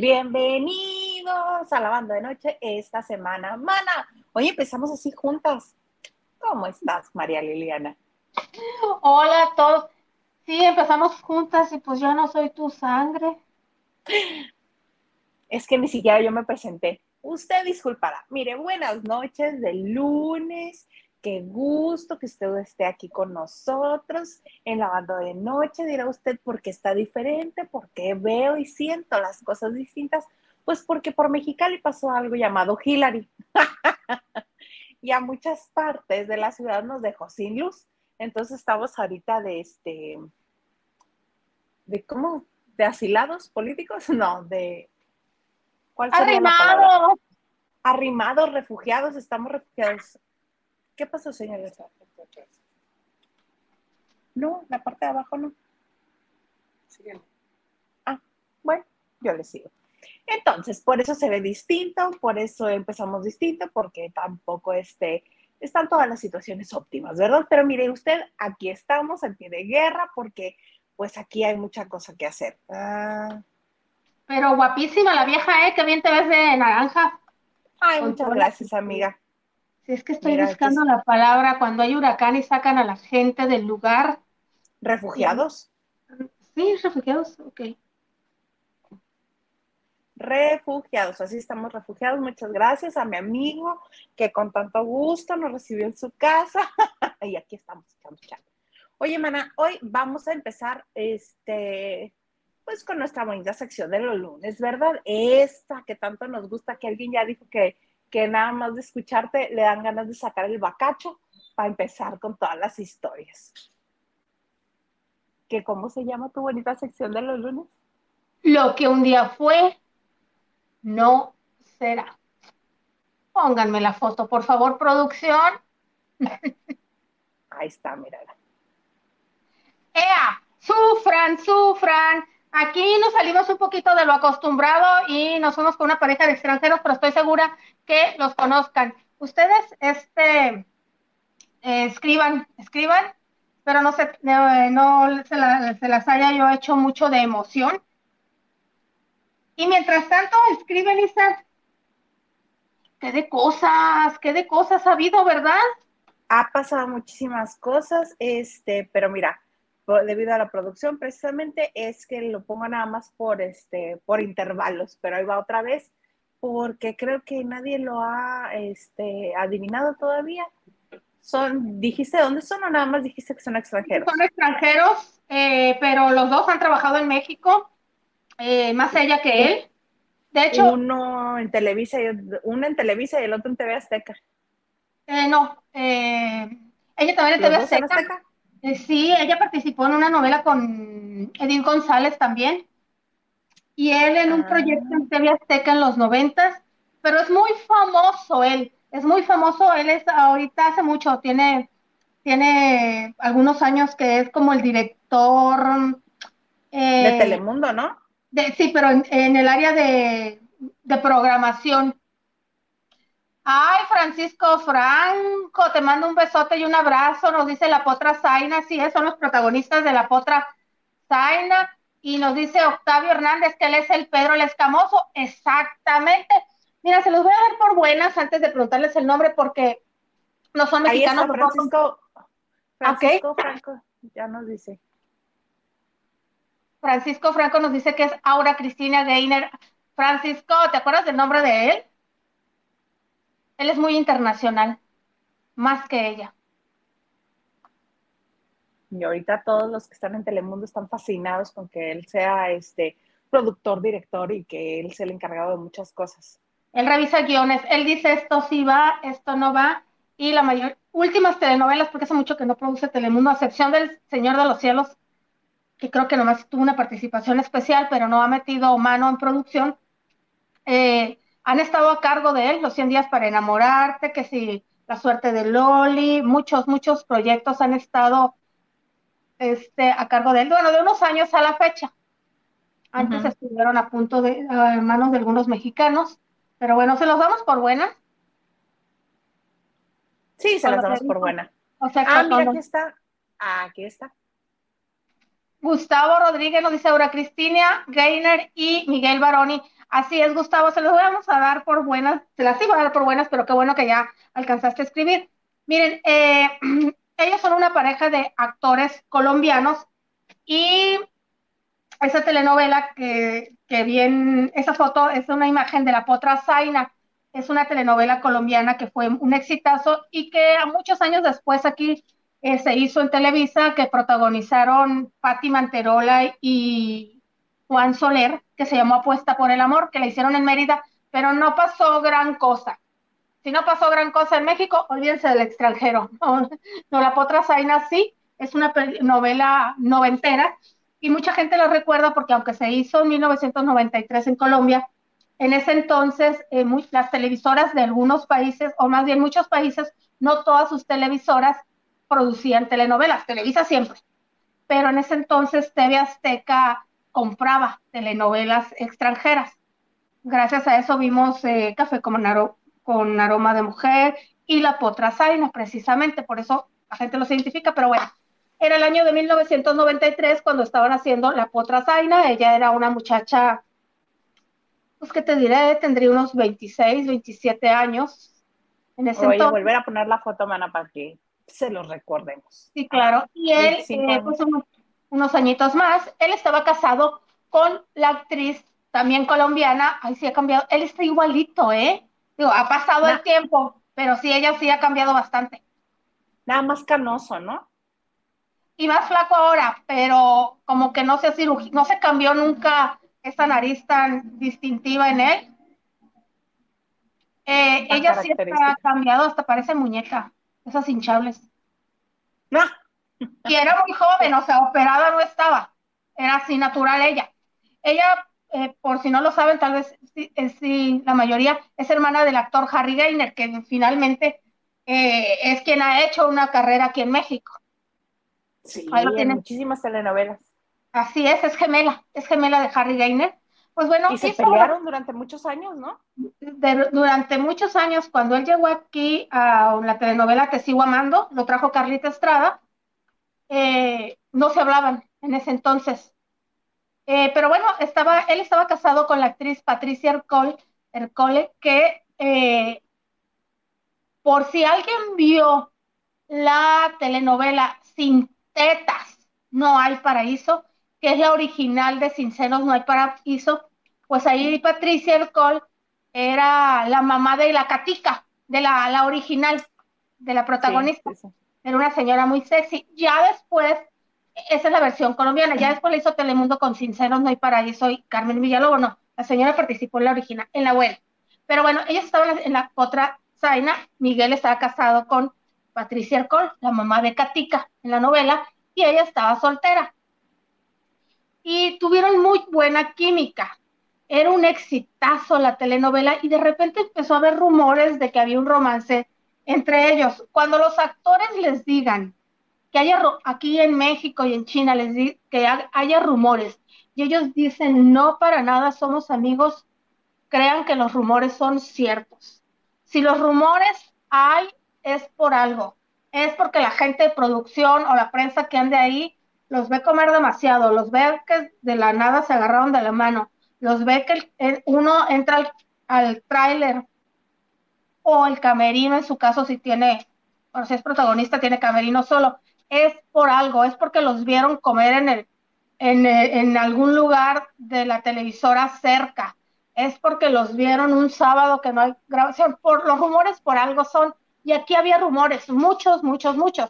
Bienvenidos a la banda de noche esta semana. Mana, hoy empezamos así juntas. ¿Cómo estás, María Liliana? Hola a todos. Sí, empezamos juntas y pues yo no soy tu sangre. Es que ni siquiera yo me presenté. Usted disculpará. Mire, buenas noches del lunes. Qué gusto que usted esté aquí con nosotros en la banda de noche. Dirá usted por qué está diferente, por qué veo y siento las cosas distintas. Pues porque por Mexicali pasó algo llamado Hillary. Y a muchas partes de la ciudad nos dejó sin luz. Entonces estamos ahorita de cómo, de asilados políticos, no, de, ¿cuál sería la palabra? ¡Arrimado! Arrimados, refugiados, estamos refugiados. ¿Qué pasó, señores? No, la parte de abajo no. Ah, bueno, yo le sigo. Entonces, por eso se ve distinto, por eso empezamos distinto, porque tampoco están todas las situaciones óptimas, ¿verdad? Pero mire usted, aquí estamos en pie de guerra, porque pues aquí hay mucha cosa que hacer. Pero guapísima la vieja, ¿eh? Qué bien te ves de naranja. Ay, Con muchas toda la gracias, actitud. amiga. Si es que estoy Mira, aquí buscando es la palabra cuando hay huracán y sacan a la gente del lugar. Y- refugiados, Sí, refugiados, ok. refugiados, así estamos refugiados. Muchas gracias a mi amigo que con tanto gusto nos recibió en su casa. Y aquí estamos, echando chat. Oye, mana, hoy vamos a empezar pues con nuestra bonita sección de los lunes, ¿verdad? Esta que tanto nos gusta, que alguien ya dijo que nada más de escucharte le dan ganas de sacar el bacacho para empezar con todas las historias. ¿Que cómo se llama tu bonita sección de los lunes? Lo que un día fue, no será. Pónganme la foto, por favor, producción. Ahí está, mírala. ¡Ea! Sufran, sufran. Aquí nos salimos un poquito de lo acostumbrado y nos fuimos con una pareja de extranjeros, pero estoy segura que los conozcan. Ustedes, escriban, pero no se las haya yo hecho mucho de emoción. Y mientras tanto, escriben, Isa, qué de cosas ha habido, ¿verdad? Ha pasado muchísimas cosas, pero mira, debido a la producción precisamente es que lo pongo nada más por intervalos, pero ahí va otra vez, porque creo que nadie lo ha adivinado todavía. ¿Dijiste dónde son o nada más dijiste que son Son extranjeros? extranjeros, pero los dos han trabajado en México, más ella que U- él. De hecho, uno en Televisa y el otro en TV Azteca. no, ella también en TV ¿Los dos en Azteca. Azteca? Sí, ella participó en una novela con Edith González también, y él en un proyecto Ah, en TV Azteca en los 90, pero es muy famoso él, es muy famoso, él es ahorita hace mucho, tiene algunos años que es como el director, de eh, Telemundo, ¿no? sí, pero en el área de programación. Ay, Francisco Franco, te mando un besote y un abrazo, nos dice la Potra Zaina, sí, son los protagonistas de la Potra Zaina, y nos dice Octavio Hernández que él es el Pedro el Escamoso, exactamente. Mira, se los voy a dar por buenas antes de preguntarles el nombre porque no son Ahí mexicanos está los dos. Ok, Francisco Franco, ya nos dice. Francisco Franco nos dice que es Aura Cristina Gainer. Francisco, ¿te acuerdas del nombre de él? Él es muy internacional, más que ella. Y ahorita todos los que están en Telemundo están fascinados con que él sea productor, director y que él sea el encargado de muchas cosas. Él revisa guiones, él dice esto sí va, esto no va, y la mayor, últimas telenovelas, porque hace mucho que no produce Telemundo, a excepción del Señor de los Cielos, que creo que nomás tuvo una participación especial, pero no ha metido mano en producción, han estado a cargo de él, Los 100 días para enamorarte, que si La suerte de Loli, muchos proyectos han estado a cargo de él, bueno, de unos años a la fecha. Antes Ujú. estuvieron a punto de, a manos de algunos mexicanos, pero bueno, se los damos por buenas, Sí, se con las lo que damos por dijo. buena. O sea, Ah, mira, aquí Cotono. está. Ah, aquí está. Gustavo Rodríguez nos dice Aura Cristina Gainer y Miguel Baroni. Así es, Gustavo, se las vamos a dar por buenas, se las iba a dar por buenas, pero qué bueno que ya alcanzaste a escribir. Miren, ellos son una pareja de actores colombianos y esa telenovela que bien, esa foto es una imagen de La Potra Zaina, es una telenovela colombiana que fue un exitazo y que a muchos años después aquí se hizo en Televisa, que protagonizaron Patti Manterola y Juan Soler, que se llamó Apuesta por el Amor, que la hicieron en Mérida, pero no pasó gran cosa. Si no pasó gran cosa en México, olvídense del extranjero. No, no La Potra Zaina sí, es una novela noventera y mucha gente lo recuerda porque aunque se hizo en 1993 en Colombia, en ese entonces las televisoras de algunos países, o más bien muchos países, no todas sus televisoras producían telenovelas, Televisa siempre, pero en ese entonces TV Azteca compraba telenovelas extranjeras. Gracias a eso vimos Café con aroma de mujer y La Potra Zaina, precisamente, por eso la gente los identifica, pero bueno, era el año de 1993 cuando estaban haciendo La Potra Zaina, ella era una muchacha, pues qué te diré, tendría unos 26, 27 años en ese Oye, entonces, volver a poner la foto, mana, para que se los recordemos. sí, claro, y él, 25 pues años. unos añitos más, él estaba casado con la actriz también colombiana, ay, sí ha cambiado, él está igualito, ¿eh? Digo, ha pasado el Na- tiempo, pero sí, ella sí ha cambiado bastante. Nada más canoso, ¿no? Y más flaco ahora, pero como que no se no se cambió nunca esa nariz tan distintiva en él. Tan Ella sí está característica. cambiado, hasta parece muñeca, esas hinchables. No. Y era muy joven, o sea, operada no estaba, era así natural ella. Ella, por si no lo saben, tal vez sí, sí, la mayoría es hermana del actor Harry Gainer, que finalmente es quien ha hecho una carrera aquí en México. Ahí lo Sí, en tienen. muchísimas telenovelas. Así es gemela de Harry Gainer. Pues bueno, Y se hizo pelearon durante muchos años, ¿no? durante muchos años, cuando él llegó aquí a la telenovela Te sigo amando, lo trajo Carlita Estrada, no se hablaban en ese entonces. Pero bueno, él estaba casado con la actriz Patricia Ercole, que por si alguien vio la telenovela Sin Tetas No Hay Paraíso, que es la original de Sin Senos No Hay Paraíso, pues ahí Patricia Ercole era la mamá de la Catica, de la original, de la Sí, protagonista. sí, sí. Era una señora muy sexy. Ya después, esa es la versión colombiana, ya después le hizo Telemundo con Sin Senos No Hay Paraíso y Carmen Villalobos, no, la señora participó en la original, en la buena. Pero bueno, ellos estaban en la otra Zaina, Miguel estaba casado con Patricia Ercol, la mamá de Katica en la novela, y ella estaba soltera. Y tuvieron muy buena química. Era un exitazo la telenovela y de repente empezó a haber rumores de que había un romance entre ellos. Cuando los actores les digan que haya aquí en México y en China que haya rumores y ellos dicen no, para nada, somos amigos, crean que los rumores son ciertos. Si los rumores hay, es por algo. Es porque la gente de producción o la prensa que ande ahí los ve comer demasiado, los ve que de la nada se agarraron de la mano, los ve que uno entra al tráiler o el camerino, en su caso, si tiene, bueno, si es protagonista, tiene camerino solo, es por algo, es porque los vieron comer en algún lugar de la televisora cerca, es porque los vieron un sábado que no hay grabación, por los rumores por algo son, y aquí había rumores, muchos, muchos, muchos.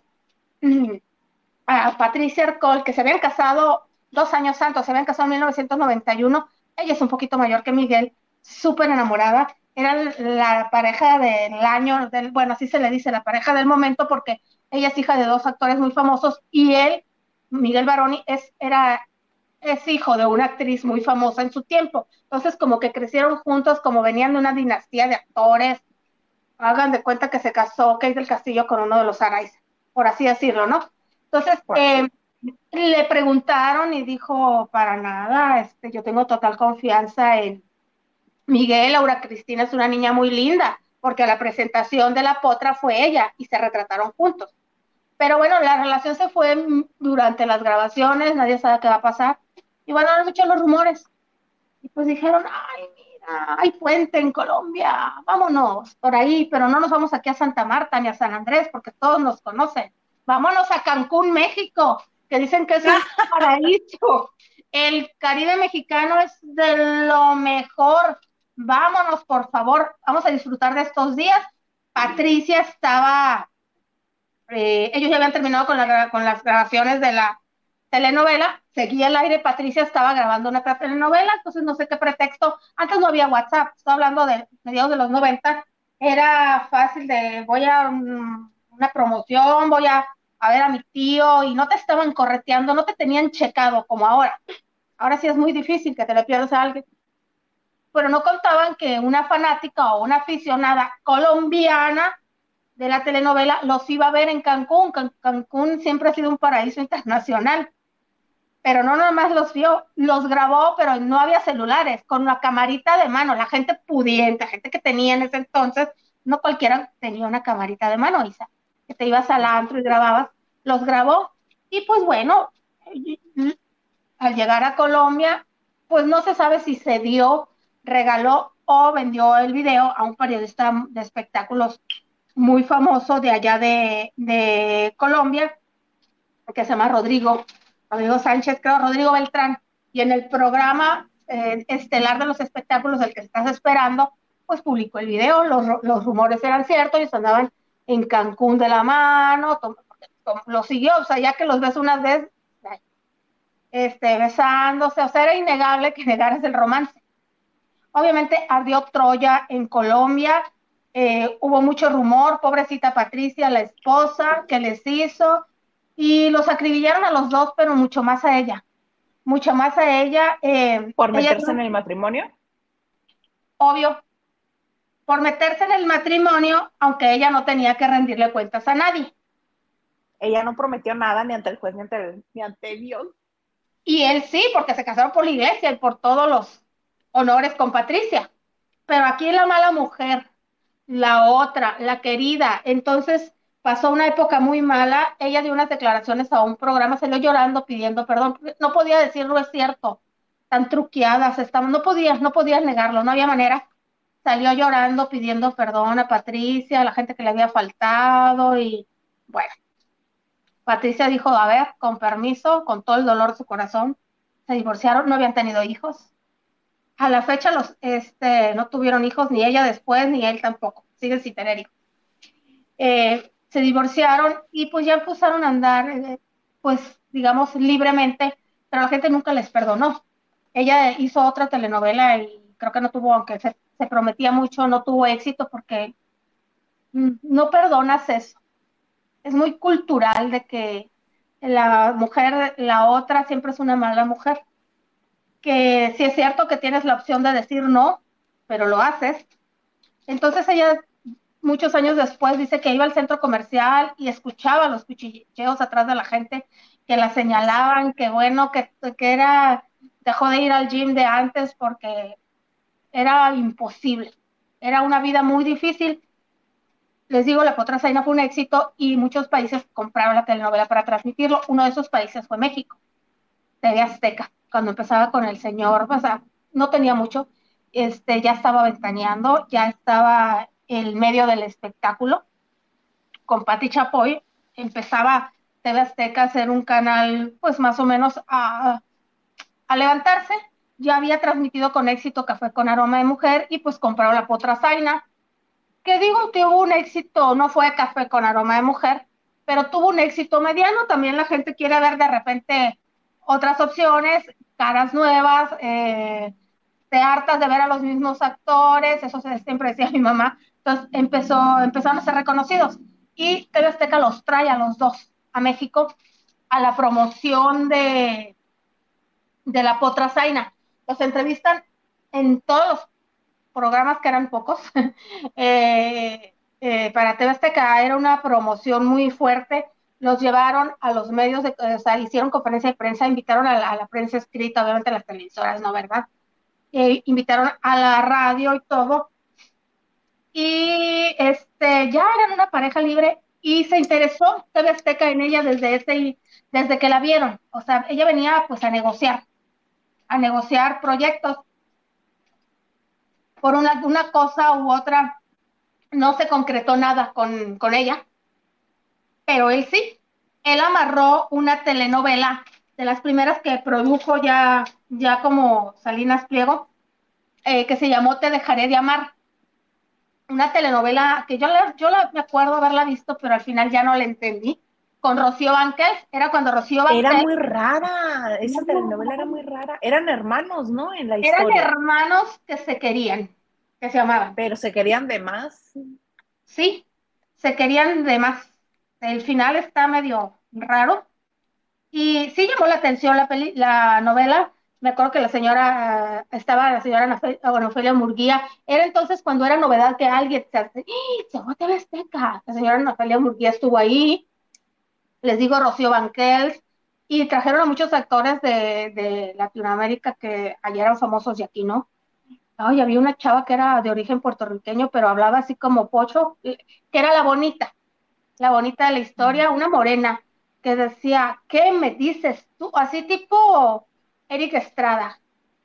A Patricia Arcol, que se habían casado 2 años antes, se habían casado en 1991, ella es un poquito mayor que Miguel, súper enamorada, era la pareja del año, bueno, así se le dice, la pareja del momento, porque ella es hija de dos actores muy famosos y él, Miguel Baroni, es hijo de una actriz muy famosa en su tiempo. Entonces, como que crecieron juntos, como venían de una dinastía de actores. Hagan de cuenta que se casó Kate del Castillo con uno de los Araiza, por así decirlo, ¿no? Entonces, Pues sí. le preguntaron y dijo, para nada, yo tengo total confianza en Miguel. Laura Cristina es una niña muy linda, porque la presentación de la potra fue ella y se retrataron juntos. Pero bueno, la relación se fue durante las grabaciones, nadie sabe qué va a pasar. Y bueno, han hecho los rumores. Y pues dijeron, ay, hay puente en Colombia, vámonos por ahí, pero no nos vamos aquí a Santa Marta ni a San Andrés porque todos nos conocen. Vámonos a Cancún, México, que dicen que es un paraíso. El Caribe mexicano es de lo mejor. Vámonos, por favor, vamos a disfrutar de estos días. Patricia estaba, ellos ya habían terminado con las grabaciones de la telenovela, seguía el aire, Patricia estaba grabando una telenovela, entonces no sé qué pretexto, antes no había WhatsApp, estoy hablando de mediados de los 90, era fácil de voy a una promoción, voy a ver a mi tío, y no te estaban correteando, no te tenían checado como ahora. Ahora sí es muy difícil que te le pierdas a alguien, pero no contaban que una fanática o una aficionada colombiana de la telenovela los iba a ver en Cancún. Cancún siempre ha sido un paraíso internacional, pero no nada más los vio, los grabó, pero no había celulares, con una camarita de mano, la gente pudiente, gente que tenía en ese entonces, no cualquiera tenía una camarita de mano, Isa, que te ibas al antro y grababas, los grabó, y pues bueno, al llegar a Colombia, pues no se sabe si se dio, regaló o vendió el video a un periodista de espectáculos muy famoso de allá de Colombia, que se llama Rodrigo Sánchez, creo, Rodrigo Beltrán, y en el programa estelar de los espectáculos del que estás esperando, pues publicó el video, los rumores eran ciertos, y andaban en Cancún de la mano, lo siguió, o sea, ya que los ves unas veces, besándose, o sea, era innegable que negaras el romance. Obviamente ardió Troya en Colombia, hubo mucho rumor, pobrecita Patricia, la esposa, que les hizo, y los acribillaron a los dos, pero mucho más a ella, mucho más a ella. ¿Por Ella, meterse en el matrimonio? obvio, por meterse en el matrimonio, aunque ella no tenía que rendirle cuentas a nadie. Ella no prometió nada ni ante el juez ni ante Dios. Y él sí, porque se casaron por la iglesia y por todos los honores con Patricia. Pero aquí la mala mujer, la otra, la querida, entonces pasó una época muy mala, ella dio unas declaraciones a un programa, salió llorando pidiendo perdón, no podía decirlo, es cierto, tan truqueadas estaban, no podías negarlo, no había manera, salió llorando pidiendo perdón a Patricia, a la gente que le había faltado, y bueno, Patricia dijo, a ver, con permiso, con todo el dolor de su corazón, se divorciaron, no habían tenido hijos, a la fecha no tuvieron hijos, ni ella después, ni él tampoco, siguen sin tener hijos. Se divorciaron y pues ya empezaron a andar, pues digamos, libremente, pero la gente nunca les perdonó. Ella hizo otra telenovela y creo que no tuvo, aunque se prometía mucho, no tuvo éxito porque no perdonas eso. Es muy cultural de que la mujer, la otra, siempre es una mala mujer. Que sí es cierto que tienes la opción de decir no, pero lo haces. Entonces ella, muchos años después, dice que iba al centro comercial y escuchaba los cuchicheos atrás de la gente que la señalaban, que bueno, que dejó de ir al gym de antes porque era imposible. Era una vida muy difícil. Les digo, La Potrasaina fue un éxito y muchos países compraron la telenovela para transmitirlo. Uno de esos países fue México, TV Azteca, cuando empezaba con el señor, o sea, no tenía mucho, ya estaba ventaneando, ya estaba el medio del espectáculo, con Pati Chapoy, empezaba TV Azteca a ser un canal, pues más o menos a levantarse, ya había transmitido con éxito Café con Aroma de Mujer, y pues compraron La Potra Zaina, que digo que hubo un éxito, no fue Café con Aroma de Mujer, pero tuvo un éxito mediano, también la gente quiere ver de repente otras opciones, caras nuevas, te hartas de ver a los mismos actores, eso siempre decía mi mamá, entonces empezaron a ser reconocidos, y TV Azteca los trae a los dos a México a la promoción de La Potra Zaina. Los entrevistan en todos los programas, que eran pocos, para TV Azteca era una promoción muy fuerte, los llevaron a los medios, o sea, hicieron conferencia de prensa, invitaron a la prensa escrita, obviamente a las televisoras, ¿no, verdad? Invitaron a la radio y todo, y ya eran una pareja libre, y se interesó TV Azteca en ella desde que la vieron, o sea, ella venía pues a negociar proyectos. por una cosa u otra no se concretó nada con ella, pero él sí. Él amarró una telenovela de las primeras que produjo ya como Salinas Pliego, que se llamó Te dejaré de amar. Una telenovela que me acuerdo haberla visto, pero al final ya no la entendí. Con Rocío Banquels, era cuando Rocío Era Banquels, muy rara, esa telenovela era muy rara. Eran hermanos, ¿no? En la eran historia, hermanos que se querían, que se amaban. pero se querían de más. Sí, se querían de más. El final está medio raro. Y sí llamó la atención la novela. Me acuerdo que estaba la señora Ana Ofelia Murguía. Era entonces cuando era novedad que alguien se hace, ¡ih! Se fue a TV Azteca. La señora Ana Ofelia Murguía estuvo ahí. Les digo, Rocío Banquels. Y trajeron a muchos actores de Latinoamérica que allá eran famosos y aquí no. Ay, había una chava que era de origen puertorriqueño, pero hablaba así como pocho, que era la bonita de la historia, una morena, que decía, ¿qué me dices tú? Así tipo Eric Estrada.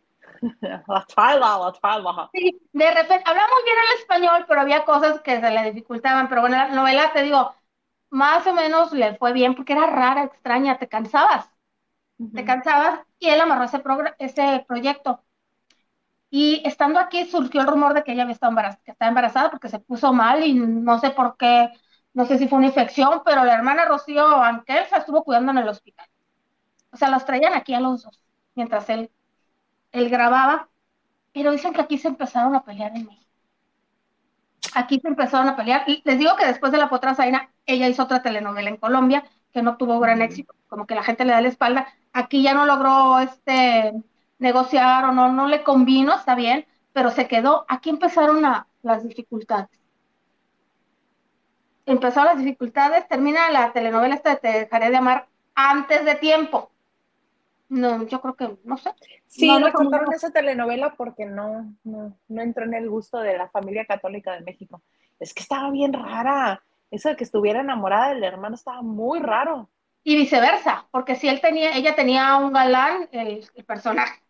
La chala. Sí, de repente, hablaba muy bien el español, pero había cosas que se le dificultaban, pero bueno, la novela, te digo, más o menos le fue bien, porque era rara, extraña, te cansabas, y él amarró ese proyecto. Y estando aquí surgió el rumor de que ella había estado embarazada, que estaba embarazada porque se puso mal y no sé por qué, no sé si fue una infección, pero la hermana Rocío Anquel se estuvo cuidando en el hospital. O sea, los traían aquí a los dos, mientras él grababa, pero dicen que aquí se empezaron a pelear en México. Aquí se empezaron a pelear, y les digo que después de La Potra Zaina, ella hizo otra telenovela en Colombia, que no tuvo gran éxito, como que la gente le da la espalda. Aquí ya no logró negociar o no le convino, está bien, pero se quedó. Aquí empezaron las dificultades. Empezaron las dificultades, termina la telenovela esta de Te dejaré de amar antes de tiempo. No, yo creo que, no sé, Sí, no como recortaron esa telenovela porque no entró en el gusto de la familia católica de México. Es que estaba bien rara. Eso de que estuviera enamorada del hermano estaba muy raro. y viceversa, porque si ella tenía un galán, el personaje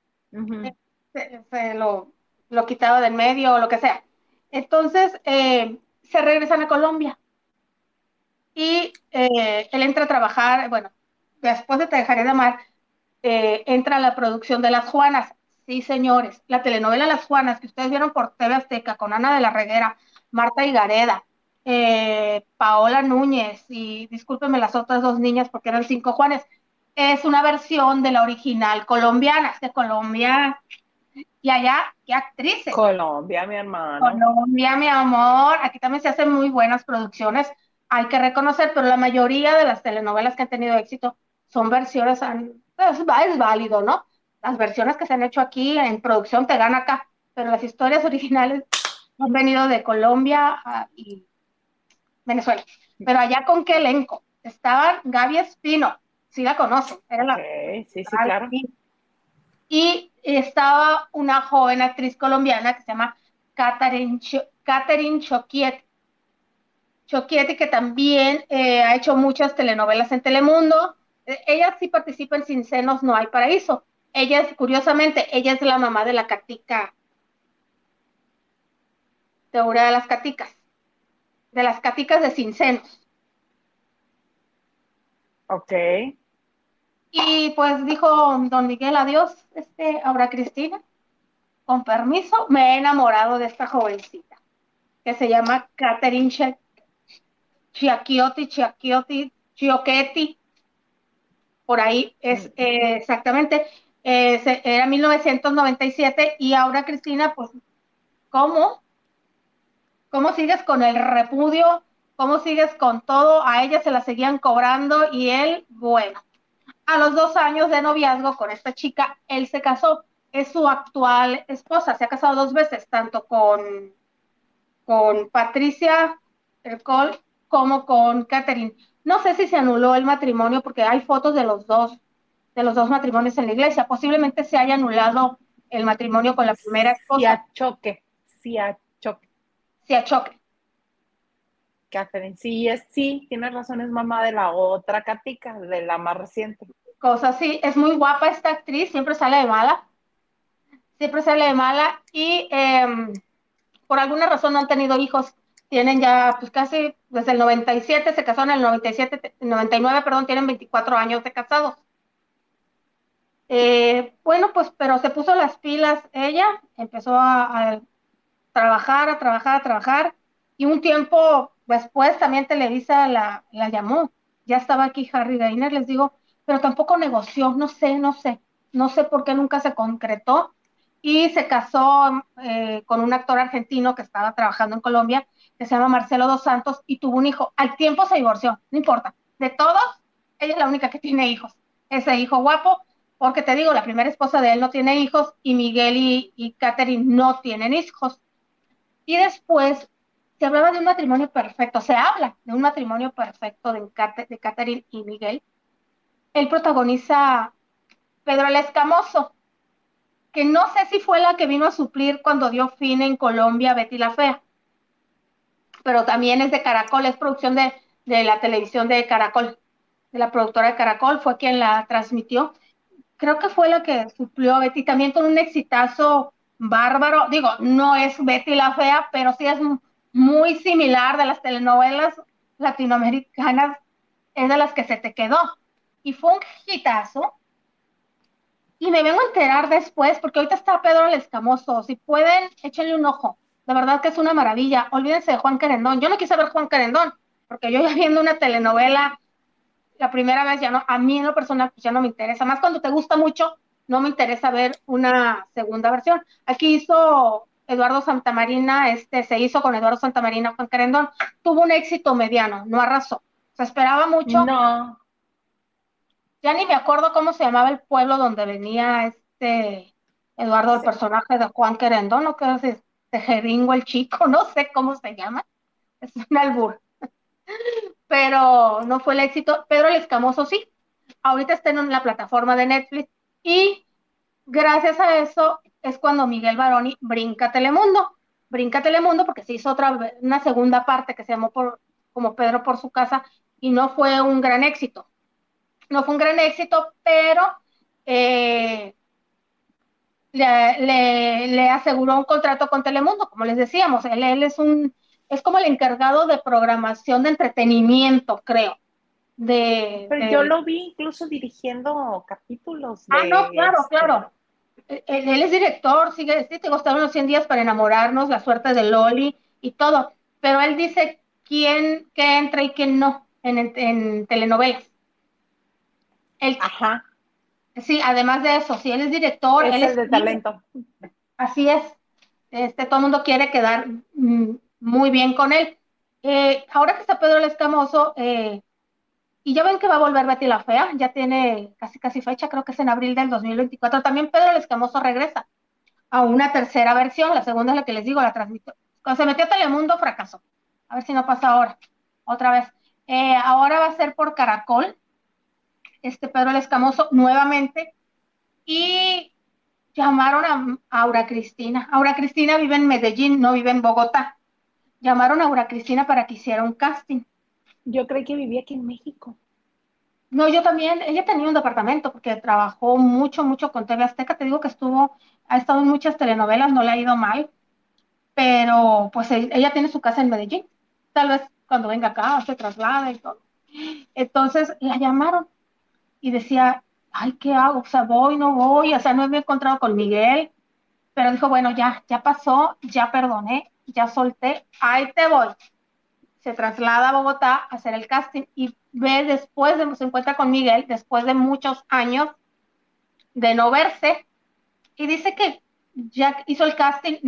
se lo quitaba del medio o lo que sea. Entonces, se regresan a Colombia y él entra a trabajar, bueno, después de Te dejaré de amar, entra a la producción de Las Juanas. Sí, señores, la telenovela Las Juanas, que ustedes vieron por TV Azteca, con Ana de la Reguera, Marta Higareda, Paola Núñez, y discúlpenme las otras dos niñas porque eran cinco Juanes, es una versión de la original colombiana. Es que Colombia, y allá, qué actrices. Colombia, mi hermano. Colombia, mi amor, aquí también se hacen muy buenas producciones, hay que reconocer, pero la mayoría de las telenovelas que han tenido éxito son versiones, es válido, ¿no? Las versiones que se han hecho aquí en producción te dan acá, pero las historias originales han venido de Colombia y Venezuela. Pero allá con qué elenco, estaban Gaby Espino, sí la conocen, era Ok, la sí, sí, claro. y estaba una joven actriz colombiana que se llama Catherine Choquietti, que también ha hecho muchas telenovelas en Telemundo. Ella sí participa en Sin Senos No Hay Paraíso. Curiosamente, ella es la mamá de la Catica, teoría de las Caticas de Sin Senos. Ok. Y pues dijo don Miguel, adiós, ahora Cristina, con permiso, me he enamorado de esta jovencita, que se llama Catherine Chioquetti, por ahí es exactamente, era 1997 y ahora Cristina, pues, ¿cómo? ¿Cómo sigues con el repudio? ¿Cómo sigues con todo? A ella se la seguían cobrando y él, bueno, a los 2 años de noviazgo con esta chica, él se casó. Es su actual esposa, se ha casado dos veces, tanto con Patricia Cole como con Catherine. No sé si se anuló el matrimonio porque hay fotos de los dos matrimonios en la iglesia. Posiblemente se haya anulado el matrimonio con la primera Sí esposa, a choque, sí a choque. si a choque. Catherine, sí, tienes razón, es mamá de la otra Catica, de la más reciente. Cosas así. Es muy guapa esta actriz, siempre sale de mala. siempre sale de mala y por alguna razón no han tenido hijos. Tienen ya pues casi desde el 97, se casaron en el 97, 99, perdón, tienen 24 años de casados. Bueno, pues, pero se puso las pilas ella, empezó a trabajar, a trabajar, a trabajar, y un tiempo después también Televisa la llamó. Ya estaba aquí Harry Gainer, les digo, pero tampoco negoció, no sé por qué nunca se concretó, y se casó con un actor argentino que estaba trabajando en Colombia, que se llama Marcelo Dos Santos, y tuvo un hijo. Al tiempo se divorció, no importa. De todos, ella es la única que tiene hijos. Ese hijo guapo, porque te digo, la primera esposa de él no tiene hijos, y Miguel y Catherine no tienen hijos. Y después se hablaba de un matrimonio perfecto, se habla de un matrimonio perfecto de Catherine y Miguel. Él protagoniza Pedro el Escamoso, que no sé si fue la que vino a suplir cuando dio fin en Colombia Betty la Fea, pero también es de Caracol, es producción de la televisión de Caracol, de la productora de Caracol, fue quien la transmitió. Creo que fue la que suplió a Betty, también con un exitazo bárbaro. Digo, no es Betty la Fea, pero sí es muy similar de las telenovelas latinoamericanas, es de las que se te quedó. Y fue un hitazo. Y me vengo a enterar después, porque ahorita está Pedro el Escamoso. Si pueden, échenle un ojo. De verdad que es una maravilla. Olvídense de Juan Querendón. Yo no quise ver Juan Querendón, porque yo ya viendo una telenovela la primera vez ya no, a mí en lo personal pues ya no me interesa, más cuando te gusta mucho, no me interesa ver una segunda versión. Aquí hizo Eduardo Santamarina, se hizo con Eduardo Santamarina Juan Querendón, tuvo un éxito mediano, no arrasó, se esperaba mucho, No, ya ni me acuerdo cómo se llamaba el pueblo donde venía Eduardo, el sí. personaje de Juan Querendón, o que es Jeringo el chico, no sé cómo se llama, es un albur, pero no fue el éxito. Pedro el Escamoso sí, ahorita está en la plataforma de Netflix y gracias a eso es cuando Miguel Baroni brinca a Telemundo porque se hizo una segunda parte que se llamó como Pedro por su casa y no fue un gran éxito, no fue un gran éxito, pero eh, le aseguró un contrato con Telemundo, como les decíamos, él es como el encargado de programación de entretenimiento, creo, Pero yo lo vi incluso dirigiendo capítulos No, de claro, claro. Él es director, sigue, sí, te gustaron los 100 días para enamorarnos, la suerte de Loli y todo, pero él dice quién que entra y quién no en telenovelas. Él, Ajá, sí, además de eso, sí, él es director, es él el de escribe, talento. así es, todo el mundo quiere quedar muy bien con él. Ahora que está Pedro el Escamoso, y ya ven que va a volver Betty la Fea, ya tiene casi fecha, creo que es en abril del 2024. También Pedro el Escamoso regresa a una tercera versión, la segunda es la que les digo, la transmitió. Cuando se metió a Telemundo fracasó. A ver si no pasa ahora, otra vez. Ahora va a ser por Caracol, Pedro el Escamoso nuevamente, y llamaron a Aura Cristina. Aura Cristina vive en Medellín, no vive en Bogotá. Llamaron a Aura Cristina para que hiciera un casting. Yo creí que vivía aquí en México. No, yo también, ella tenía un departamento porque trabajó mucho con TV Azteca, te digo que ha estado en muchas telenovelas, no le ha ido mal, pero pues ella tiene su casa en Medellín. Tal vez cuando venga acá se traslada y todo. Entonces la llamaron y decía, ay, ¿qué hago? O sea, voy, no voy, o sea, no me he encontrado con Miguel, pero dijo, bueno, ya pasó, ya perdoné, ya solté, ahí te voy. Se traslada a Bogotá a hacer el casting y se encuentra con Miguel después de muchos años de no verse y dice que ya hizo el casting,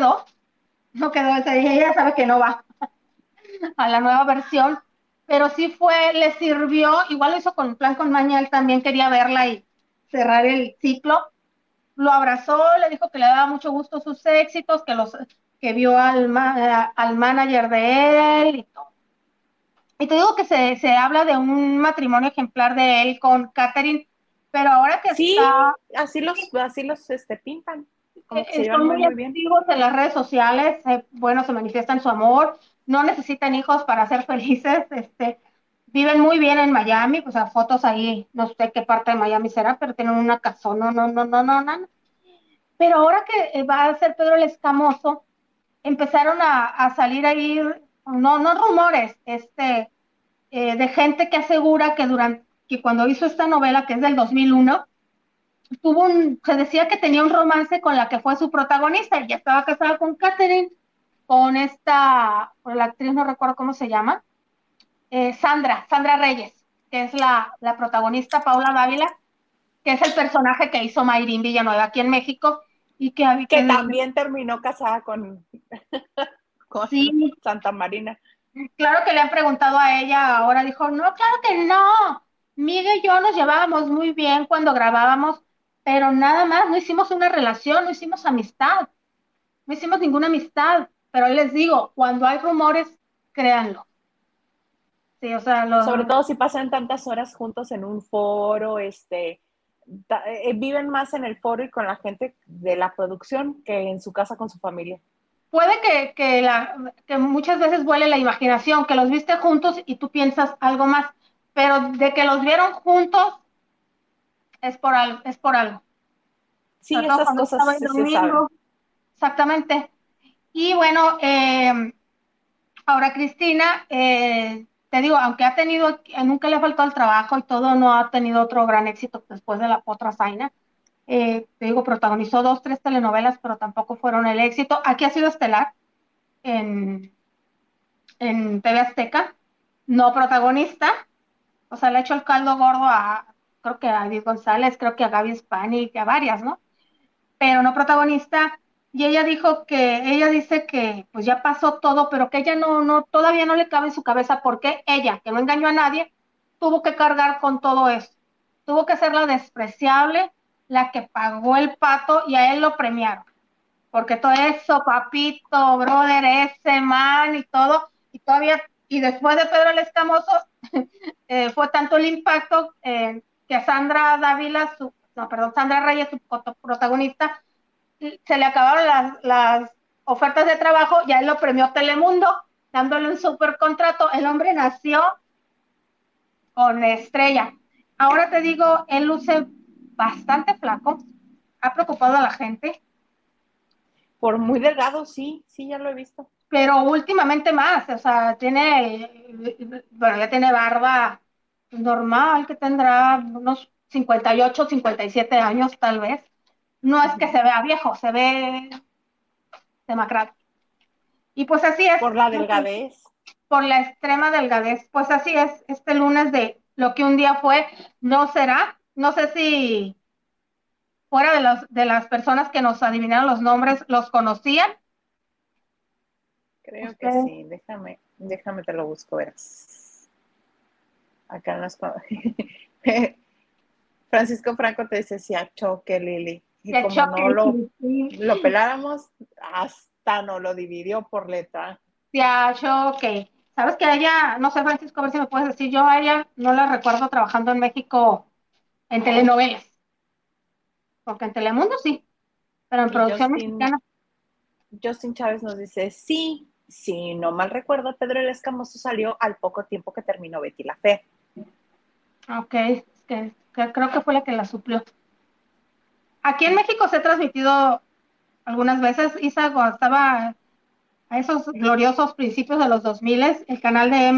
no quedó, o sea, ella sabe que no va a la nueva versión, pero sí le sirvió, igual lo hizo con Plan con Maña, él también quería verla y cerrar el ciclo, lo abrazó, le dijo que le daba mucho gusto sus éxitos, que vio al manager de él y todo. Y te digo que se habla de un matrimonio ejemplar de él con Catherine, pero ahora que Sí, está, así los pintan, como que se llevan son muy, muy muy bien. activos en las redes sociales, bueno, se manifiestan su amor, no necesitan hijos para ser felices, viven muy bien en Miami, pues a fotos ahí, no sé qué parte de Miami será, pero tienen una casa, no. Pero ahora que va a ser Pedro el Escamoso, empezaron a salir ahí, no rumores, de gente que asegura que cuando hizo esta novela, que es del 2001, se decía que tenía un romance con la que fue su protagonista, y ya estaba casada con Catherine, con la actriz, no recuerdo cómo se llama, Sandra Reyes, que es la protagonista, Paula Dávila, que es el personaje que hizo Mayrín Villanueva aquí en México, y Que también terminó casada con sí, Santa Marina. claro que le han preguntado a ella, ahora dijo, no, claro que no, Miguel y yo nos llevábamos muy bien cuando grabábamos, pero nada más, no hicimos una relación, no hicimos amistad, no hicimos ninguna amistad, pero les digo, cuando hay rumores, créanlo. Sí, o sea, Sobre todo si pasan tantas horas juntos en un foro, viven más en el foro y con la gente de la producción que en su casa con su familia. puede que muchas veces vuele la imaginación, que los viste juntos y tú piensas algo más, pero de que los vieron juntos es por algo, es por algo. Sí, Sobre todo esas cuando cosas estaba el sí se saben. domingo, exactamente. Y bueno, ahora Cristina, te digo, aunque nunca le ha faltado el trabajo y todo, no ha tenido otro gran éxito después de la otra Zaina. Te digo, protagonizó 2, 3 telenovelas, pero tampoco fueron el éxito. Aquí ha sido estelar en, en TV Azteca, no protagonista, o sea, le ha hecho el caldo gordo creo que a Edith González, creo que a Gaby Spanik, a varias, ¿no? Pero no protagonista. Y ella dice que pues ya pasó todo, pero que ella todavía no le cabe en su cabeza porque ella, que no engañó a nadie, tuvo que cargar con todo eso. Tuvo que ser la despreciable, la que pagó el pato y a él lo premiaron. Porque todo eso, papito, brother, ese man y todo, y todavía, y después de Pedro el Escamoso, fue tanto el impacto que a Sandra Dávila, no, perdón, Sandra Reyes, su protagonista, se le acabaron las ofertas de trabajo y a él lo premió Telemundo, dándole un super contrato. El hombre nació con estrella. Ahora te digo, él luce bastante flaco, ha preocupado a la gente, Por muy delgado, sí, sí, ya lo he visto. pero últimamente más, o sea, bueno, ya tiene barba normal, que tendrá unos 58, 57 años tal vez. No es que se vea viejo, se ve demacrado. Y pues así es, Por la delgadez. por la extrema delgadez, pues así es, este lunes de lo que un día fue, no será. No sé si fuera de las personas que nos adivinaron los nombres, los conocían. Creo que Ustedes, sí. Déjame te lo busco, verás. Acá en las... Francisco Franco te decía choque, Lili. Y de como no choque, lo peláramos, hasta no lo dividió por letra. ya choque. Sabes que a ella, no sé, Francisco, a ver si me puedes decir, yo a ella no la recuerdo trabajando en México en telenovelas, porque en Telemundo sí, pero en Y producción mexicana. Justin Chávez nos dice, sí, si no mal recuerdo, Pedro el Escamoso salió al poco tiempo que terminó Betty la Fea. Ok, que creo que fue la que la suplió. Aquí en México se ha transmitido algunas veces, Isa, cuando estaba a esos gloriosos principios de los 2000, el canal de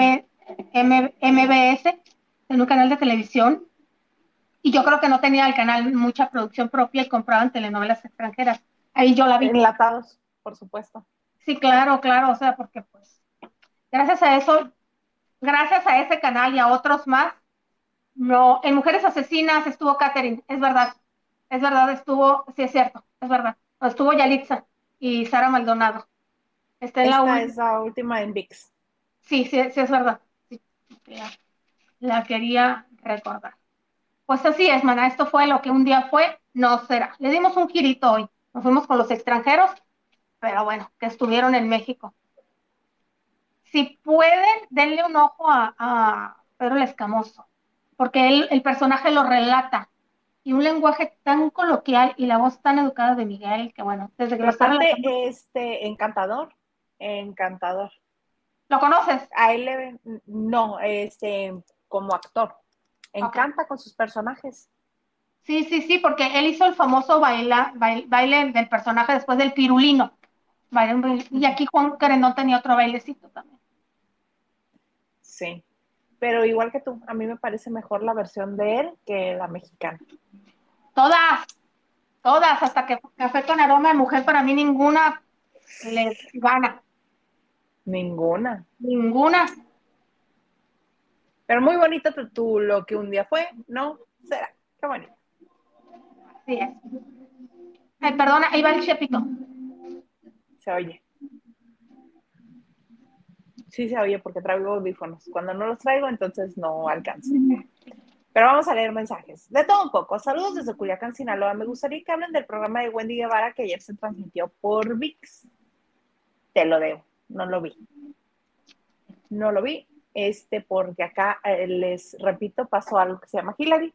MBS, en un canal de televisión, y yo creo que no tenía el canal mucha producción propia y compraban telenovelas extranjeras. Ahí yo la vi. Enlatados, por supuesto. Sí, claro, claro, o sea, porque pues gracias a eso, gracias a ese canal y a otros más, no, en Mujeres Asesinas estuvo Catherine, es verdad, estuvo, sí es cierto, es verdad, estuvo Yalitza y Sara Maldonado. Está en la Esta última. es la última en VIX. Sí, sí, sí, es verdad. Sí, la quería recordar. Pues así es, mana. Esto fue lo que un día fue, no será. Le dimos un girito hoy. Nos fuimos con los extranjeros, pero bueno, que estuvieron en México. Si pueden, denle un ojo a Pedro el Escamoso, porque el personaje lo relata y un lenguaje tan coloquial y la voz tan educada de Miguel, que bueno, desde que Pero lo está aparte, relatando. encantador, encantador. ¿Lo conoces? A él no, como actor. Ok. Encanta con sus personajes. Sí, porque él hizo el famoso baile del personaje después del pirulino. Y aquí Juan Querendón tenía otro bailecito también. Sí, pero igual que tú, a mí me parece mejor la versión de él que la mexicana. Todas, hasta que Café con Aroma de Mujer, para mí ninguna le gana. Ninguna. Ninguna. Pero muy bonito lo que un día fue, ¿no? Será, qué bonito. Así es. Ay, perdona, ahí va el chepito. Se oye. Sí se oye porque traigo audífonos. Cuando no los traigo, entonces no alcanzo. Pero vamos a leer mensajes. De todo un poco. Saludos desde Culiacán, Sinaloa. Me gustaría que hablen del programa de Wendy Guevara que ayer se transmitió por VIX. Te lo debo. No lo vi. No lo vi. Porque acá, les repito, pasó algo que se llama Hillary.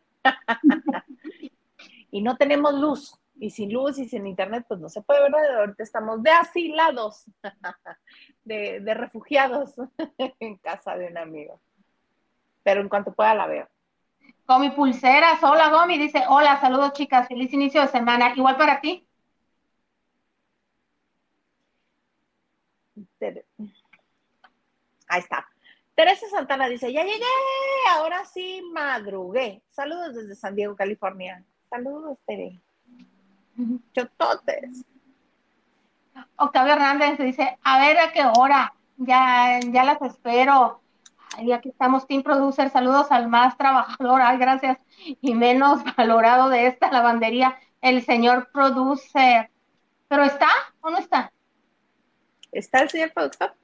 Y no tenemos luz. Y sin luz y sin internet, pues no se puede, ¿verdad? Ahorita estamos de asilados, de refugiados en casa de un amigo. Pero en cuanto pueda la veo. Gomi Pulseras, hola Gomi, dice, hola, saludos chicas, feliz inicio de semana. Igual para ti. Ahí está. Teresa Santana dice, ya llegué, ahora sí madrugué. Saludos desde San Diego, California. Saludos, Tere. Chototes. Octavio Hernández dice, a ver a qué hora, ya las espero. Ay, aquí estamos, Team Producer, saludos al más trabajador, ay, gracias, y menos valorado de esta lavandería, el señor Producer. ¿Pero está o no está? ¿Está el señor productor?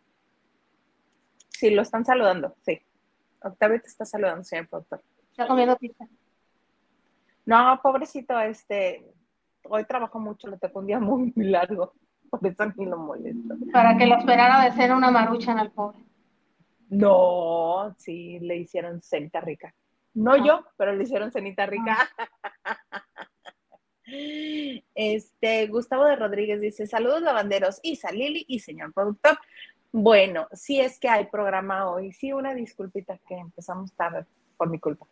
Sí, lo están saludando, sí. Octavio te está saludando, señor productor. Está comiendo pizza. No, pobrecito, hoy trabajó mucho, le tocó un día muy, muy largo, por eso ni lo molesto. Para que lo esperara de ser una maruchan al pobre. No, sí, le hicieron cenita rica. No yo, pero le hicieron cenita rica. Gustavo de Rodríguez dice, saludos lavanderos, Isa, Lili y señor productor. Bueno, sí es que hay programa hoy. Sí, una disculpita que empezamos tarde por mi culpa.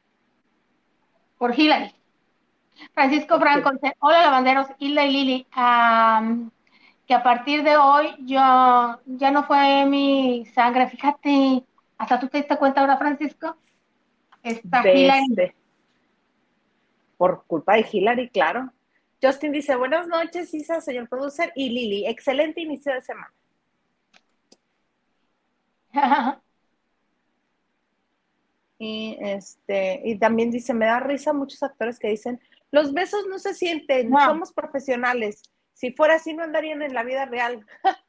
Por Hillary. Francisco Franco dice, hola lavanderos, Hilda y Lili, que a partir de hoy yo ya no fue mi sangre, fíjate, hasta tú te diste cuenta ahora, Francisco, está Hillary. Por culpa de Hillary, claro. Justin dice, buenas noches, Isa, señor producer, y Lili, excelente inicio de semana. Y también dice, me da risa muchos actores que dicen, los besos no se sienten, no. Somos profesionales. Si fuera así, no andarían en la vida real.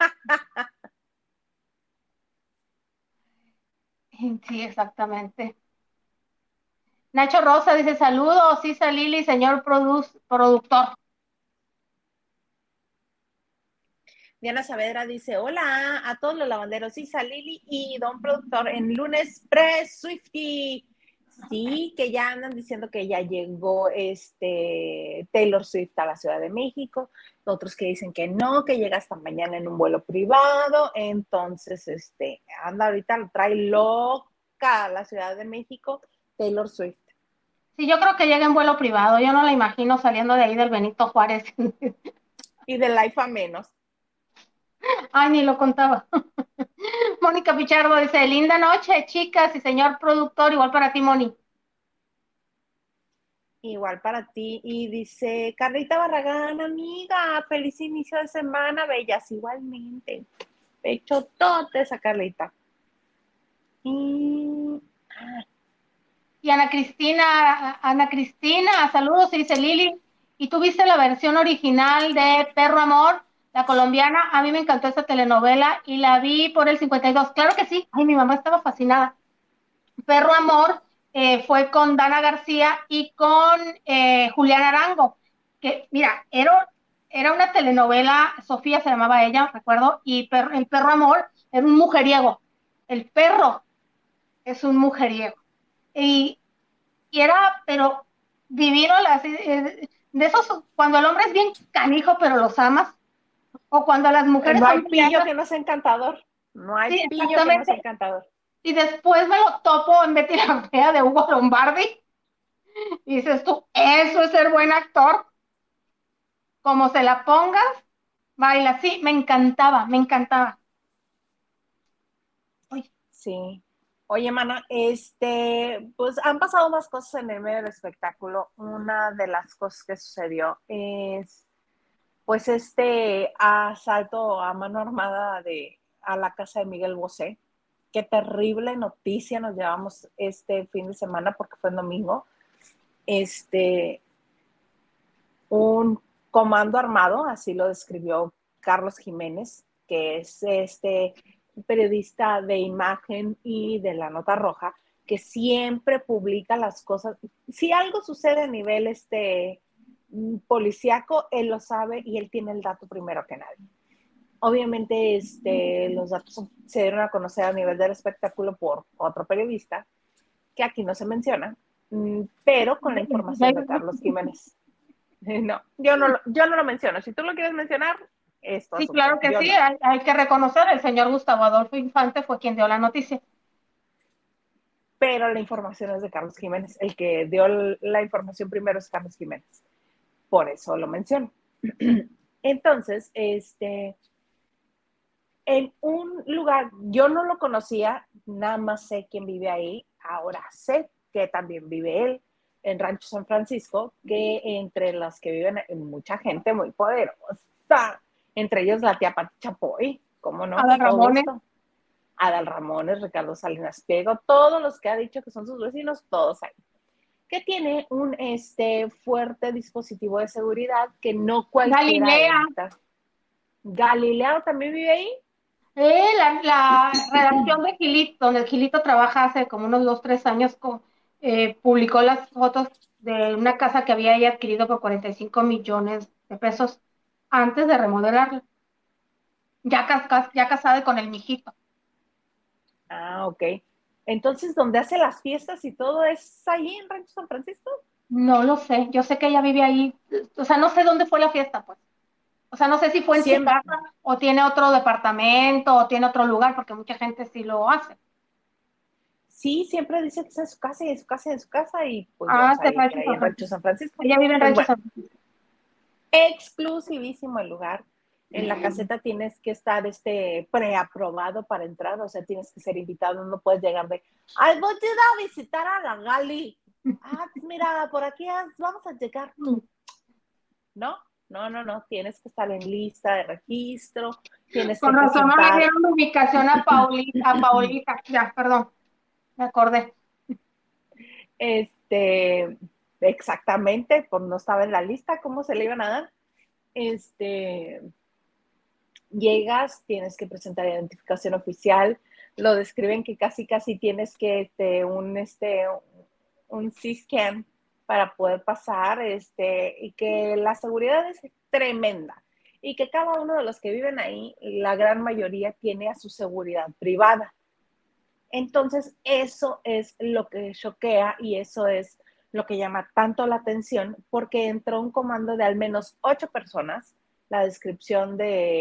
Sí, exactamente. Nacho Rosa dice, saludos, Isa, Lili, señor productor. Diana Saavedra dice, hola a todos los lavanderos, Isa, Lili y don productor en lunes pre-Swifty. Sí, que ya andan diciendo que ya llegó Taylor Swift a la Ciudad de México, otros que dicen que no, que llega hasta mañana en un vuelo privado, entonces anda ahorita, trae loca a la Ciudad de México Taylor Swift. Sí, yo creo que llega en vuelo privado, yo no la imagino saliendo de ahí del Benito Juárez. Y de Life a menos. Ay, ni lo contaba. Mónica Pichardo dice, linda noche, chicas y señor productor, igual para ti, Moni. Igual para ti. Y dice, Carlita Barragán, amiga, feliz inicio de semana, bellas, igualmente. Hecho todo esa Carlita. Y Ana Cristina, saludos, dice Lili. ¿Y tú viste la versión original de Perro Amor, la colombiana? A mí me encantó esta telenovela y la vi por el 52. Claro que sí. Ay, mi mamá estaba fascinada. Perro Amor fue con Dana García y con Julián Arango, que mira, era una telenovela, Sofía se llamaba ella, recuerdo, y el Perro Amor era un mujeriego. El perro es un mujeriego. Y era, pero divino, de esos, cuando el hombre es bien canijo, pero los amas, o cuando las mujeres no hay son pillo que no sea encantador. No hay sí, pillo que no sea encantador. Y después me lo topo en Betty la Fea de Hugo Lombardi. Y dices tú, eso es ser buen actor, como se la pongas, baila, sí, me encantaba, me encantaba. Oye, Sí. Oye, mana, pues han pasado más cosas en el medio del espectáculo. Una de las cosas que sucedió es, pues, asalto a mano armada a la casa de Miguel Bosé. Qué terrible noticia nos llevamos este fin de semana porque fue el domingo. Este, un comando armado, así lo describió Carlos Jiménez, que es periodista de imagen y de la Nota Roja, que siempre publica las cosas. Si algo sucede a nivel policíaco, él lo sabe y él tiene el dato primero que nadie. Obviamente, los datos se dieron a conocer a nivel del espectáculo por otro periodista, que aquí no se menciona, pero con la información de Carlos Jiménez. No, yo no lo menciono. Si tú lo quieres mencionar, es tu sí, asunto. claro que Yo sí, no. hay que reconocer, el señor Gustavo Adolfo Infante fue quien dio la noticia. Pero la información es de Carlos Jiménez. El que dio la información primero es Carlos Jiménez. Por eso lo menciono. Entonces, en un lugar, yo no lo conocía, nada más sé quién vive ahí. Ahora sé que también vive él en Rancho San Francisco, que entre las que viven mucha gente muy poderosa, entre ellos la tía Pati Chapoy, cómo no, Ada con todo Ramones, gusto. Adal Ramones, Ricardo Salinas Pliego, todos los que ha dicho que son sus vecinos, todos ahí. Que tiene un fuerte dispositivo de seguridad que no cualquiera Galilea, entra. Galileo también vive ahí. la redacción de Gilito, donde Gilito trabaja hace como unos 2, 3 años, publicó las fotos de una casa que había ella adquirido por 45 millones de pesos antes de remodelarla, ya casada con el mijito. Ah, ok. Entonces, ¿dónde hace las fiestas y todo es ahí en Rancho San Francisco? No lo sé, yo sé que ella vive ahí, o sea, no sé dónde fue la fiesta, pues. O sea, no sé si fue en su Siempre, casa o tiene otro departamento o tiene otro lugar, porque mucha gente sí lo hace. sí, siempre dice que es en su casa y en su casa y en su casa, y pues yo no Ah, se sabía que Rancho era ahí San en Rancho Francisco. San Francisco. Ella vive en Pues Rancho bueno, San Francisco. exclusivísimo el lugar. En la caseta tienes que estar preaprobado para entrar, o sea, tienes que ser invitado, no puedes llegar de, ay, voy a ir a visitar a la Gali. Ah, mira, por aquí vamos a llegar tú. No, no, no, no, tienes que estar en lista de registro, tienes Con que razón no le presentar, dieron la ubicación a Paulita. Ya, perdón, me acordé. este, exactamente, pues no estaba en la lista, ¿cómo se le iban a dar? Este, llegas, tienes que presentar identificación oficial, lo describen que casi casi tienes que un C-scan para poder pasar, y que la seguridad es tremenda y que cada uno de los que viven ahí, la gran mayoría tiene a su seguridad privada. Entonces, eso es lo que choquea y eso es lo que llama tanto la atención, porque entró un comando de al menos 8 personas, la descripción